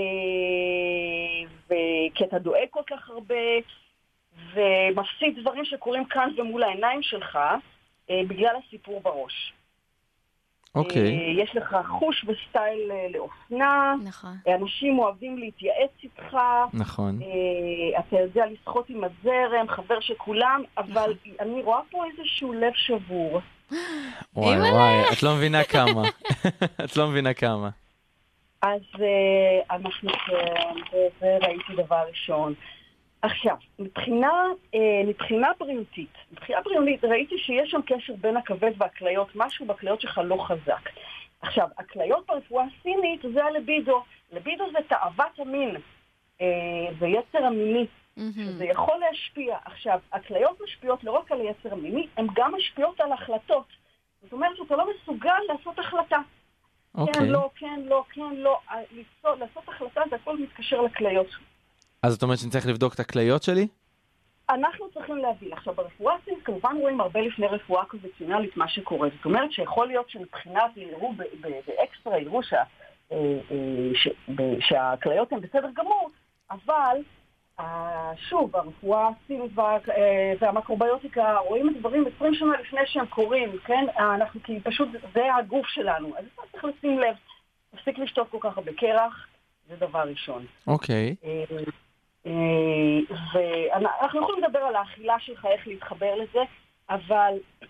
כי אתה דואג כל כך הרבה, ומפסיד דברים שקורים כאן ומול העיניים שלך, אה, בגלל הסיפור בראש. אוקיי. אה, יש לך חוש וסטייל אה, לאופנה, נכון. אנשים אוהבים להתייעץ איתך, נכון. אה, אתה יודע לשחות עם הזרם, חבר שכולם, אבל נכון. אני רואה פה איזשהו לב שבור. וואי וואי, את לא מבינה כמה. את לא מבינה כמה. אז אה, אנחנו, זה ראיתי דבר ראשון. עכשיו, מבחינה, אה, מבחינה בריאותית, מבחינה בריאותית ראיתי שיש שם קשר בין הכבד והכליות, משהו בכליות שלך לא חזק. עכשיו, הכליות ברפואה הסינית זה הלבידו. לבידו זה תאוות המין, אה, זה יצר המיני, שזה יכול להשפיע. עכשיו, הכליות משפיעות לא רק על היצר המיני, הן גם משפיעות על החלטות. זאת אומרת שאתה לא מסוגל לעשות החלטה. אוקיי. כן, לא, כן, לא, כן, לא. לעשות, לעשות החלטה זה הכל מתקשר לכליות. אז זאת אומרת שאני צריך לבדוק את הכליות שלי? אנחנו צריכים להבין. עכשיו, ברפואה הסינית כמובן רואים הרבה לפני רפואה קונבנציונלית מה שקורה. זאת אומרת שיכול להיות שמבחינת יראו באקסטרה, יראו שה, ש, שהכליות הן בסדר גמור, אבל שוב, הרפואה הסינית וה, והמקרוביוטיקה רואים את דברים עשרים שנה לפני שהם קורים, כן? אנחנו, כי פשוט זה הגוף שלנו. אז אתה צריך לשים לב, תפסיק לשתות כל כך הרבה קרח, זה דבר ראשון. אוקיי. ואנחנו יכולים לדבר על האכילה שלך, איך להתחבר לזה, אבל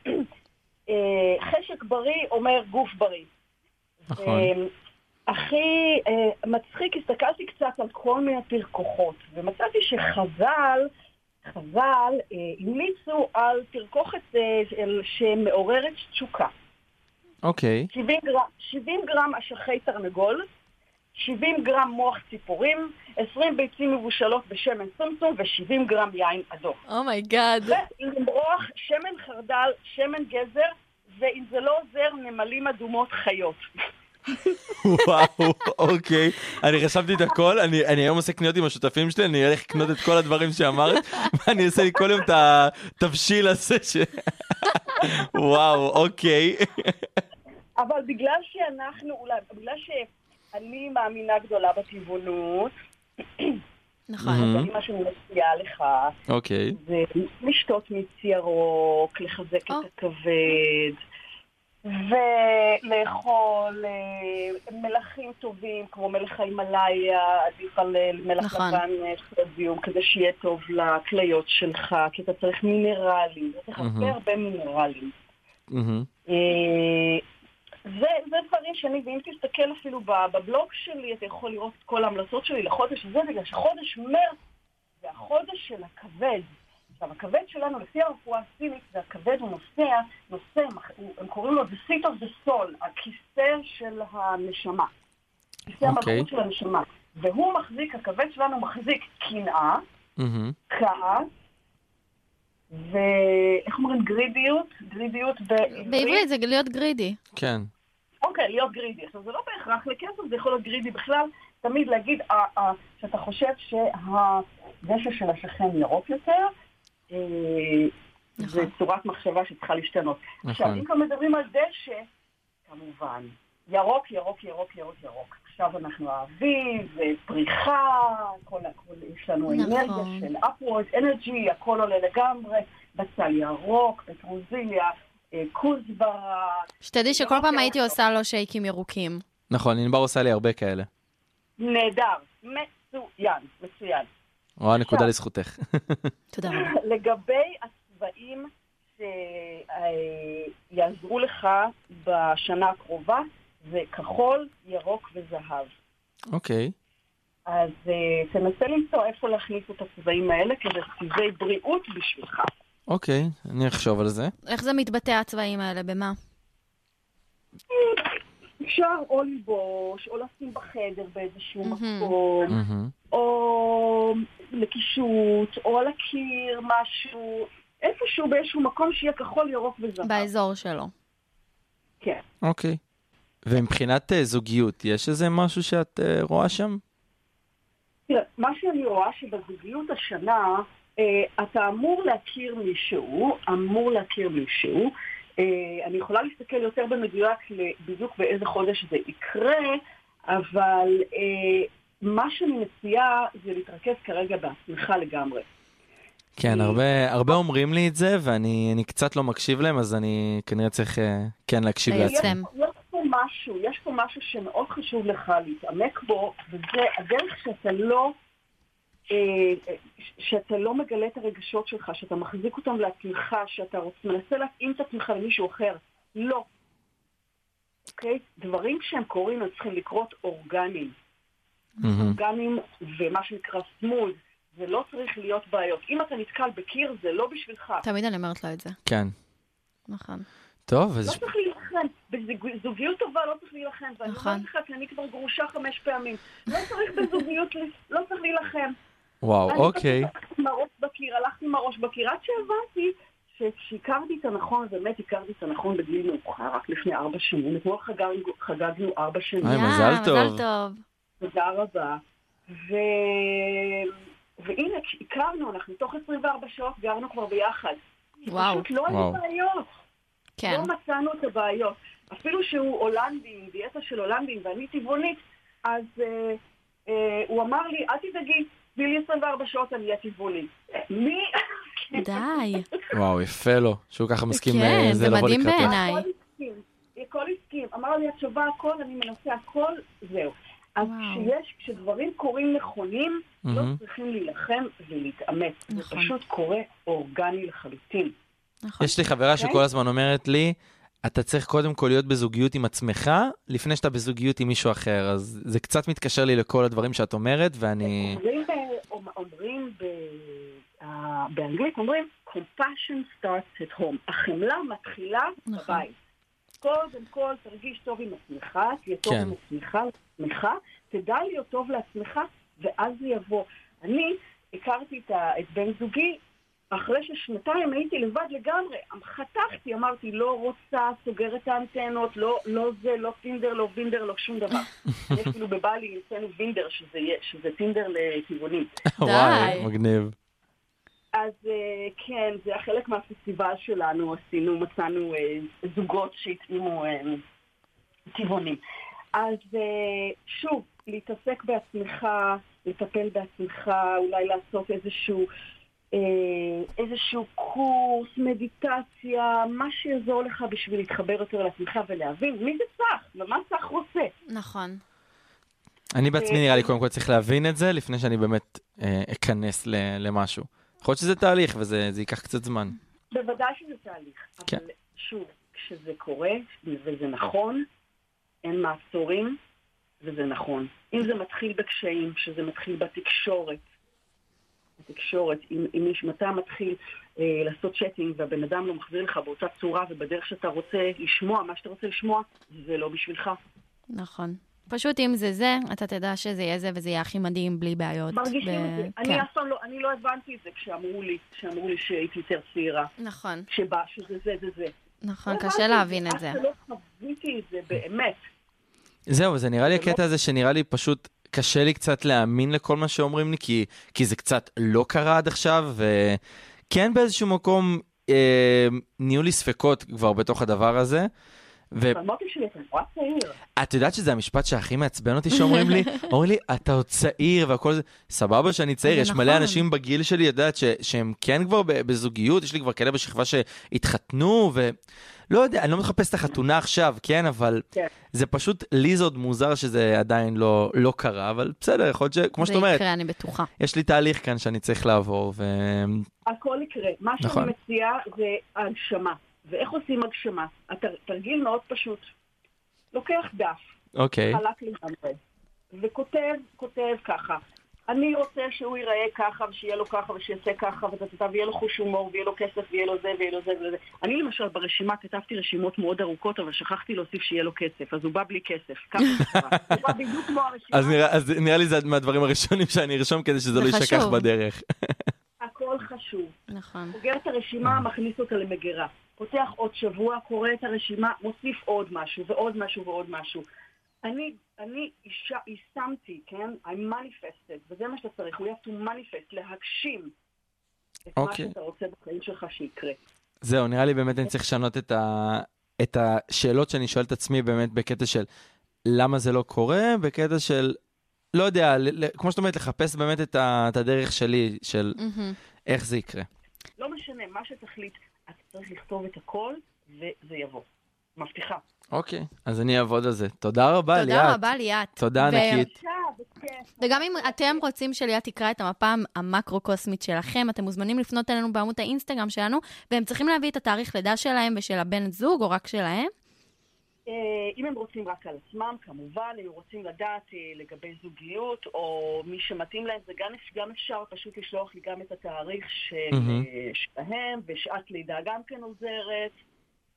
חשק בריא אומר גוף בריא. נכון. הכי מצחיק, הסתכלתי קצת על כל מיני תרכוחות, ומצאתי שחז"ל, חז"ל המליצו על תרכוכת שמעוררת תשוקה. אוקיי. שבעים גרם אשכי תרנגול, שבעים גרם מוח ציפורים, עשרים ביצים מבושלות בשמן סומסום ו-שבעים גרם יין אדום. אומייגאד. ולמרוח שמן חרדל, שמן גזר, ואם זה לא עוזר, נמלים אדומות חיות. וואו, אוקיי. אני חשבתי את הכל, אני, אני היום עושה קניות עם השותפים שלי, אני הולך לקנות את כל הדברים שאמרת, ואני אעשה לי כל יום את התבשיל הזה ש... וואו, אוקיי. אבל בגלל שאנחנו, אולי, בגלל שאני מאמינה גדולה בטבעונות, נכון. זה מה שאני מציעה לך. אוקיי. זה לשתות מיץ ירוק, לחזק את הכבד, ולאכול מלחים טובים, כמו מלח ההימאליה, עדיף על מלח לבן סודיום, כדי שיהיה טוב לכליות שלך, כי אתה צריך מינרלים, אתה צריך הרבה הרבה מינרלים. זה, זה דברים שאני, ואם תסתכל אפילו בבלוג שלי, אתה יכול לראות את כל ההמלצות שלי לחודש הזה, בגלל שחודש מרץ זה החודש של הכבד. עכשיו, הכבד שלנו, לפי הרפואה הסינית, זה הכבד הוא נוסע, נושא, הם קוראים לו the seat of the soul, הכיסא של הנשמה. כיסא המלכות של הנשמה. והוא מחזיק, הכבד שלנו מחזיק קנאה, כעס, ואיך אומרים גרידיות? גרידיות בעברית. בעברית זה להיות גרידי. כן. אוקיי, להיות גרידי. עכשיו, זה לא בהכרח לכסף, זה יכול להיות גרידי בכלל. תמיד להגיד שאתה חושב שהדשא של השכן ירוק יותר, זה צורת מחשבה שצריכה להשתנות. עכשיו, אם כבר מדברים על דשא, כמובן, ירוק, ירוק, ירוק, ירוק, ירוק. עכשיו אנחנו אביב, פריחה, יש לנו אנרגיה של upward energy, הכל עולה לגמרי, בצל ירוק, פטרוזיליה, כוסברה. שתדעי שכל פעם הייתי עושה לו שייקים ירוקים. נכון, ענבר עושה לי הרבה כאלה. נהדר, מצוין, מצוין. רואה, נקודה לזכותך. תודה רבה. לגבי הצבעים שיעזרו לך בשנה הקרובה, זה כחול, ירוק וזהב. אוקיי. אז תנסה למצוא איפה להכניס את הצבעים האלה, כי זה צבעי בריאות בשבילך. אוקיי, אני אחשוב על זה. איך זה מתבטא הצבעים האלה? במה? אפשר או ללבוש, או לשים בחדר באיזשהו מקום, או לקישוט, או על הקיר, משהו, איפשהו באיזשהו מקום שיהיה כחול, ירוק וזהב. באזור שלו. כן. אוקיי. ומבחינת זוגיות, יש איזה משהו שאת רואה שם? תראה, מה שאני רואה שבזוגיות השנה, אתה אמור להכיר מישהו, אמור להכיר מישהו, אני יכולה להסתכל יותר במדויק בדיוק באיזה חודש זה יקרה, אבל מה שאני מציעה זה להתרכז כרגע בעצמך לגמרי. כן, הרבה, הרבה אומרים לי את זה, ואני אני קצת לא מקשיב להם, אז אני כנראה צריך כן להקשיב לעצמם. יש פה משהו, יש פה משהו שמאוד חשוב לך להתעמק בו, וזה הדרך שאתה לא... שאתה לא מגלה את הרגשות שלך, שאתה מחזיק אותם לעצמך, שאתה מנסה להתאים את עצמך למישהו אחר. לא. אוקיי? דברים שהם קוראים, הם צריכים לקרות אורגניים. אורגניים ומה שנקרא סמוד. זה לא צריך להיות בעיות. אם אתה נתקל בקיר, זה לא בשבילך. תמיד אני אומרת לו את זה. כן. נכון. טוב, אז... לא צריך להילחם. בזוגיות טובה לא צריך להילחם. להילחם, ואני נכון. אומרת לך, כי אני כבר גרושה חמש פעמים. לא צריך בזוגיות, לא צריך להילחם. וואו, אוקיי. אני הלכתי עם הראש בקיר, הלכתי עם הראש בקיר, עד שהבנתי שכשהכרתי את הנכון, באמת הכרתי את הנכון בגיל מאוחר, רק לפני ארבע שנים, אתמול חגגנו, חגגנו ארבע שנים. היי, יא, מזל טוב. מזל טוב. תודה רבה. ו... והנה, כשהכרנו, אנחנו תוך עשרים וארבע שעות גרנו כבר ביחד. וואו. פשוט לא היו וואו. בעיות. כן. לא מצאנו את הבעיות. אפילו שהוא הולנדי, עם דיאטה של הולנדים, ואני טבעונית, אז אה, אה, הוא אמר לי, אל תדאגי, תני לי עשרים וארבע שעות אני אהיה טבעוני. מי? די. וואו, יפה לו, שהוא ככה מסכים כן, לזה זה לבוא מדהים לקראתו. בעיניי. הכל הסכים, הכל הסכים. אמר לי, את שווה הכל, אני מנסה הכל, זהו. אז וואו. כשיש, כשדברים קורים נכונים, לא מהמם. צריכים להילחם ולהתאמץ. זה נכון. פשוט קורה אורגני לחלוטין. נכון. יש לי חברה אוקיי? שכל הזמן אומרת לי, אתה צריך קודם כל להיות בזוגיות עם עצמך, לפני שאתה בזוגיות עם מישהו אחר. אז זה קצת מתקשר לי לכל הדברים שאת אומרת, ואני... אומרים, ב- אומרים ב- אה, באנגלית, אומרים, compassion starts at home. החמלה מתחילה נכון. בבית. קודם כל, תרגיש טוב עם עצמך, תהיה טוב כן. עם עצמך, לעצמך, תדע להיות טוב לעצמך, ואז זה יבוא. אני הכרתי את, ה- את בן זוגי, אחרי ששנתיים הייתי לבד לגמרי, חתכתי, אמרתי, לא רוצה, סוגר את האנטנות, לא, לא זה, לא טינדר, לא וינדר, לא שום דבר. אני אפילו בבאלי המצאנו וינדר, שזה, שזה טינדר לטבעונים. וואי, מגניב. אז אה, כן, זה היה חלק מהפסטיבל שלנו, עשינו, מצאנו אה, זוגות שהתאימו אה, טבעונים. אז אה, שוב, להתעסק בעצמך, לטפל בעצמך, אולי לעשות איזשהו, אה, איזשהו קורס, מדיטציה, מה שיעזור לך בשביל להתחבר יותר לעצמך ולהבין מי זה צח, ומה צח רוצה. נכון. אני בעצמי נראה לי קודם כל צריך להבין את זה, לפני שאני באמת אה, אכנס ל- למשהו. יכול להיות שזה תהליך, וזה זה ייקח קצת זמן. בוודאי שזה תהליך, כן. אבל שוב, כשזה קורה, וזה נכון, אין מעצורים, וזה נכון. אם זה מתחיל בקשיים, שזה מתחיל בתקשורת, בתקשורת, אם, אם מישהו מתי מתחיל אה, לעשות צ'אטינג, והבן אדם לא מחזיר לך באותה צורה, ובדרך שאתה רוצה לשמוע, מה שאתה רוצה לשמוע, זה לא בשבילך. נכון. פשוט אם זה זה, אתה תדע שזה יהיה זה, וזה יהיה הכי מדהים בלי בעיות. מרגישים ב- את זה. כן. אני אף פעם לא, אני לא הבנתי את זה כשאמרו לי, כשאמרו לי שהייתי יותר צעירה, נכון, שבא שזה זה זה זה. נכון, לא קשה הבנתי להבין את זה. עד שלא חוויתי את זה באמת. זהו, זה נראה לי הקטע הזה שנראה לי פשוט קשה לי קצת להאמין לכל מה שאומרים לי, כי, כי זה קצת לא קרה עד עכשיו, וכן באיזשהו מקום אה, נהיו לי ספקות כבר בתוך הדבר הזה. ו... אמרתי שלי, אתה נורא צעיר. את יודעת שזה המשפט שהכי מעצבן אותי שאומרים לי? אומרים לי, אתה עוד צעיר והכל זה, סבבה שאני צעיר, זה יש נכון. מלא אנשים בגיל שלי, יודעת, ש- שהם כן כבר ב- בזוגיות, יש לי כבר כאלה בשכבה שהתחתנו, ולא יודע, אני לא מחפש את החתונה עכשיו, כן, אבל כן. זה פשוט, לי זה עוד מוזר שזה עדיין לא, לא קרה, אבל בסדר, יכול להיות שכמו זה שאת אומרת, יקרה, אני בטוחה. יש לי תהליך כאן שאני צריך לעבור, ו... הכל יקרה. מה נכון. שאני מציעה זה הגשמה. ואיך עושים הגשמה? התר- תרגיל מאוד פשוט. לוקח דף, אוקיי, חלק לגמרי, וכותב, כותב ככה. אני רוצה שהוא ייראה ככה, ושיהיה לו ככה, ושיעשה ככה, ותתתה, ויהיה לו חוש הומור, ויהיה לו כסף, ויהיה לו זה, ויהיה לו זה, וזה. אני למשל ברשימה כתבתי רשימות מאוד ארוכות, אבל שכחתי להוסיף שיהיה לו כסף, אז הוא בא בלי כסף. ככה זה קרה. הוא בא בדיוק כמו הרשימה. אז נראה, אז נראה לי זה מהדברים הראשונים שאני ארשום, כדי שזה זה לא יישכח חשוב. בדרך. הכל חשוב. נכון. סוגר את הרשימה, מכניס אותה למגירה. פותח עוד שבוע, קורא את הרשימה, מוסיף עוד משהו, ועוד משהו, ועוד משהו. אני, אני אישה, יישמתי, כן? I manifested, וזה מה שאתה צריך. We have to manifest, להגשים את מה אוקיי. שאתה רוצה בחיים שלך שיקרה. זהו, נראה לי באמת אני צריך לשנות את, ה... את השאלות שאני שואל את עצמי באמת בקטע של למה זה לא קורה, בקטע של, לא יודע, ל... ל... כמו שאת אומרת, לחפש באמת את, ה... את הדרך שלי, של מהמם. איך זה יקרה. לא משנה, מה שתחליט, אתה צריך לכתוב את הכל, וזה יבוא. מבטיחה. אוקיי, אז אני אעבוד על זה. תודה רבה, ליאת. תודה רבה, ליאת. תודה ו- ענקית. בבקשה, בכיף. וגם אם אתם רוצים שליאת תקרא את המפה המקרו-קוסמית שלכם, אתם מוזמנים לפנות אלינו בעמוד האינסטגרם שלנו, והם צריכים להביא את התאריך לידה שלהם ושל הבן זוג, או רק שלהם. אה, אם הם רוצים רק על עצמם, כמובן, אם הם רוצים לדעת אה, לגבי זוגיות, או מי שמתאים להם, זה גם, גם אפשר פשוט לשלוח לי גם את התאריך של, מהמם. אה, שלהם, ושעת לידה גם כן עוזרת.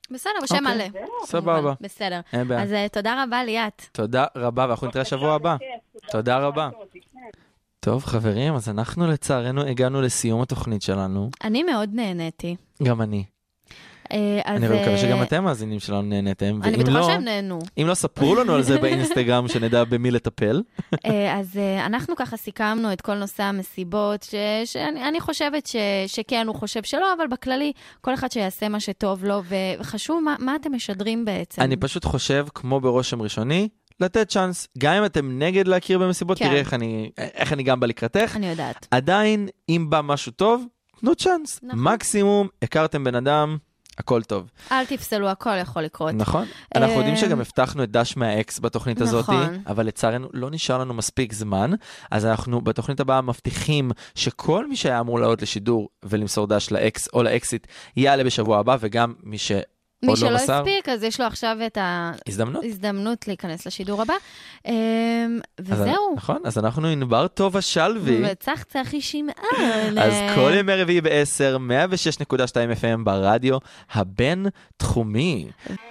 בסדר, בשם אוקיי. מלא. סבבה. בסדר. אין בעיה. אז אה, תודה רבה, ליאת. תודה רבה, ואנחנו נתראה שבוע הבא. תודה רבה. טוב, חברים, אז אנחנו לצערנו הגענו לסיום התוכנית שלנו. אני מאוד נהניתי. גם אני. אה, אז, אני מקווה אה, שגם אתם, המאזינים שלנו, נהניתם. אני ואם בטוחה לא- שהם נהנו. אם לא, ספרו לנו על זה באינסטגרם, שנדע במי לטפל. אה, אז אה, אנחנו ככה סיכמנו את כל נושא המסיבות, ש- שאני אני חושבת ש- שכן, הוא חושב שלא, אבל בכללי, כל אחד שיעשה מה שטוב לו, וחשוב מה, מה אתם משדרים בעצם. אני פשוט חושב, כמו ברושם ראשוני, לתת צ'אנס. גם אם אתם נגד להכיר במסיבות, כן. תראי איך אני, איך אני גם בא לקראתך. אני יודעת. עדיין, אם בא משהו טוב, תנו צ'אנס. נכון. מקסימום, הכרתם בן אדם, הכל טוב. אל תפסלו, הכל יכול לקרות. נכון. אנחנו יודעים אה, שגם הבטחנו את דש מהאקס בתוכנית הזאת, נכון. אבל לצערנו לא נשאר לנו מספיק זמן, אז אנחנו בתוכנית הבאה מבטיחים שכל מי שהיה אמור לעלות לשידור ולמסור דש לאקס או לאקסיט, יעלה בשבוע הבא, וגם מי ש... מי עוד לא שלא מסר. הספיק, אז יש לו עכשיו את הזדמנות. ההזדמנות להיכנס לשידור הבא. אה, אז- וזהו. נכון, אז אנחנו ענבר טוב השלוי. וצח צחי שמעון. אז כל ימי רביעי ב-עשר, מאה ושש נקודה שתיים אף אם ברדיו הבין תחומי.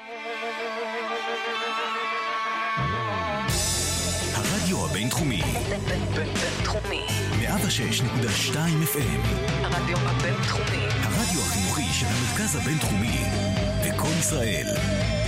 הרדיו הבינתחומי, בינתחומי. מאה ושש נקודה שתיים אף אם, הרדיו הבינתחומי. הרדיו החינוכי של המרכז הבינתחומי, לקום ישראל.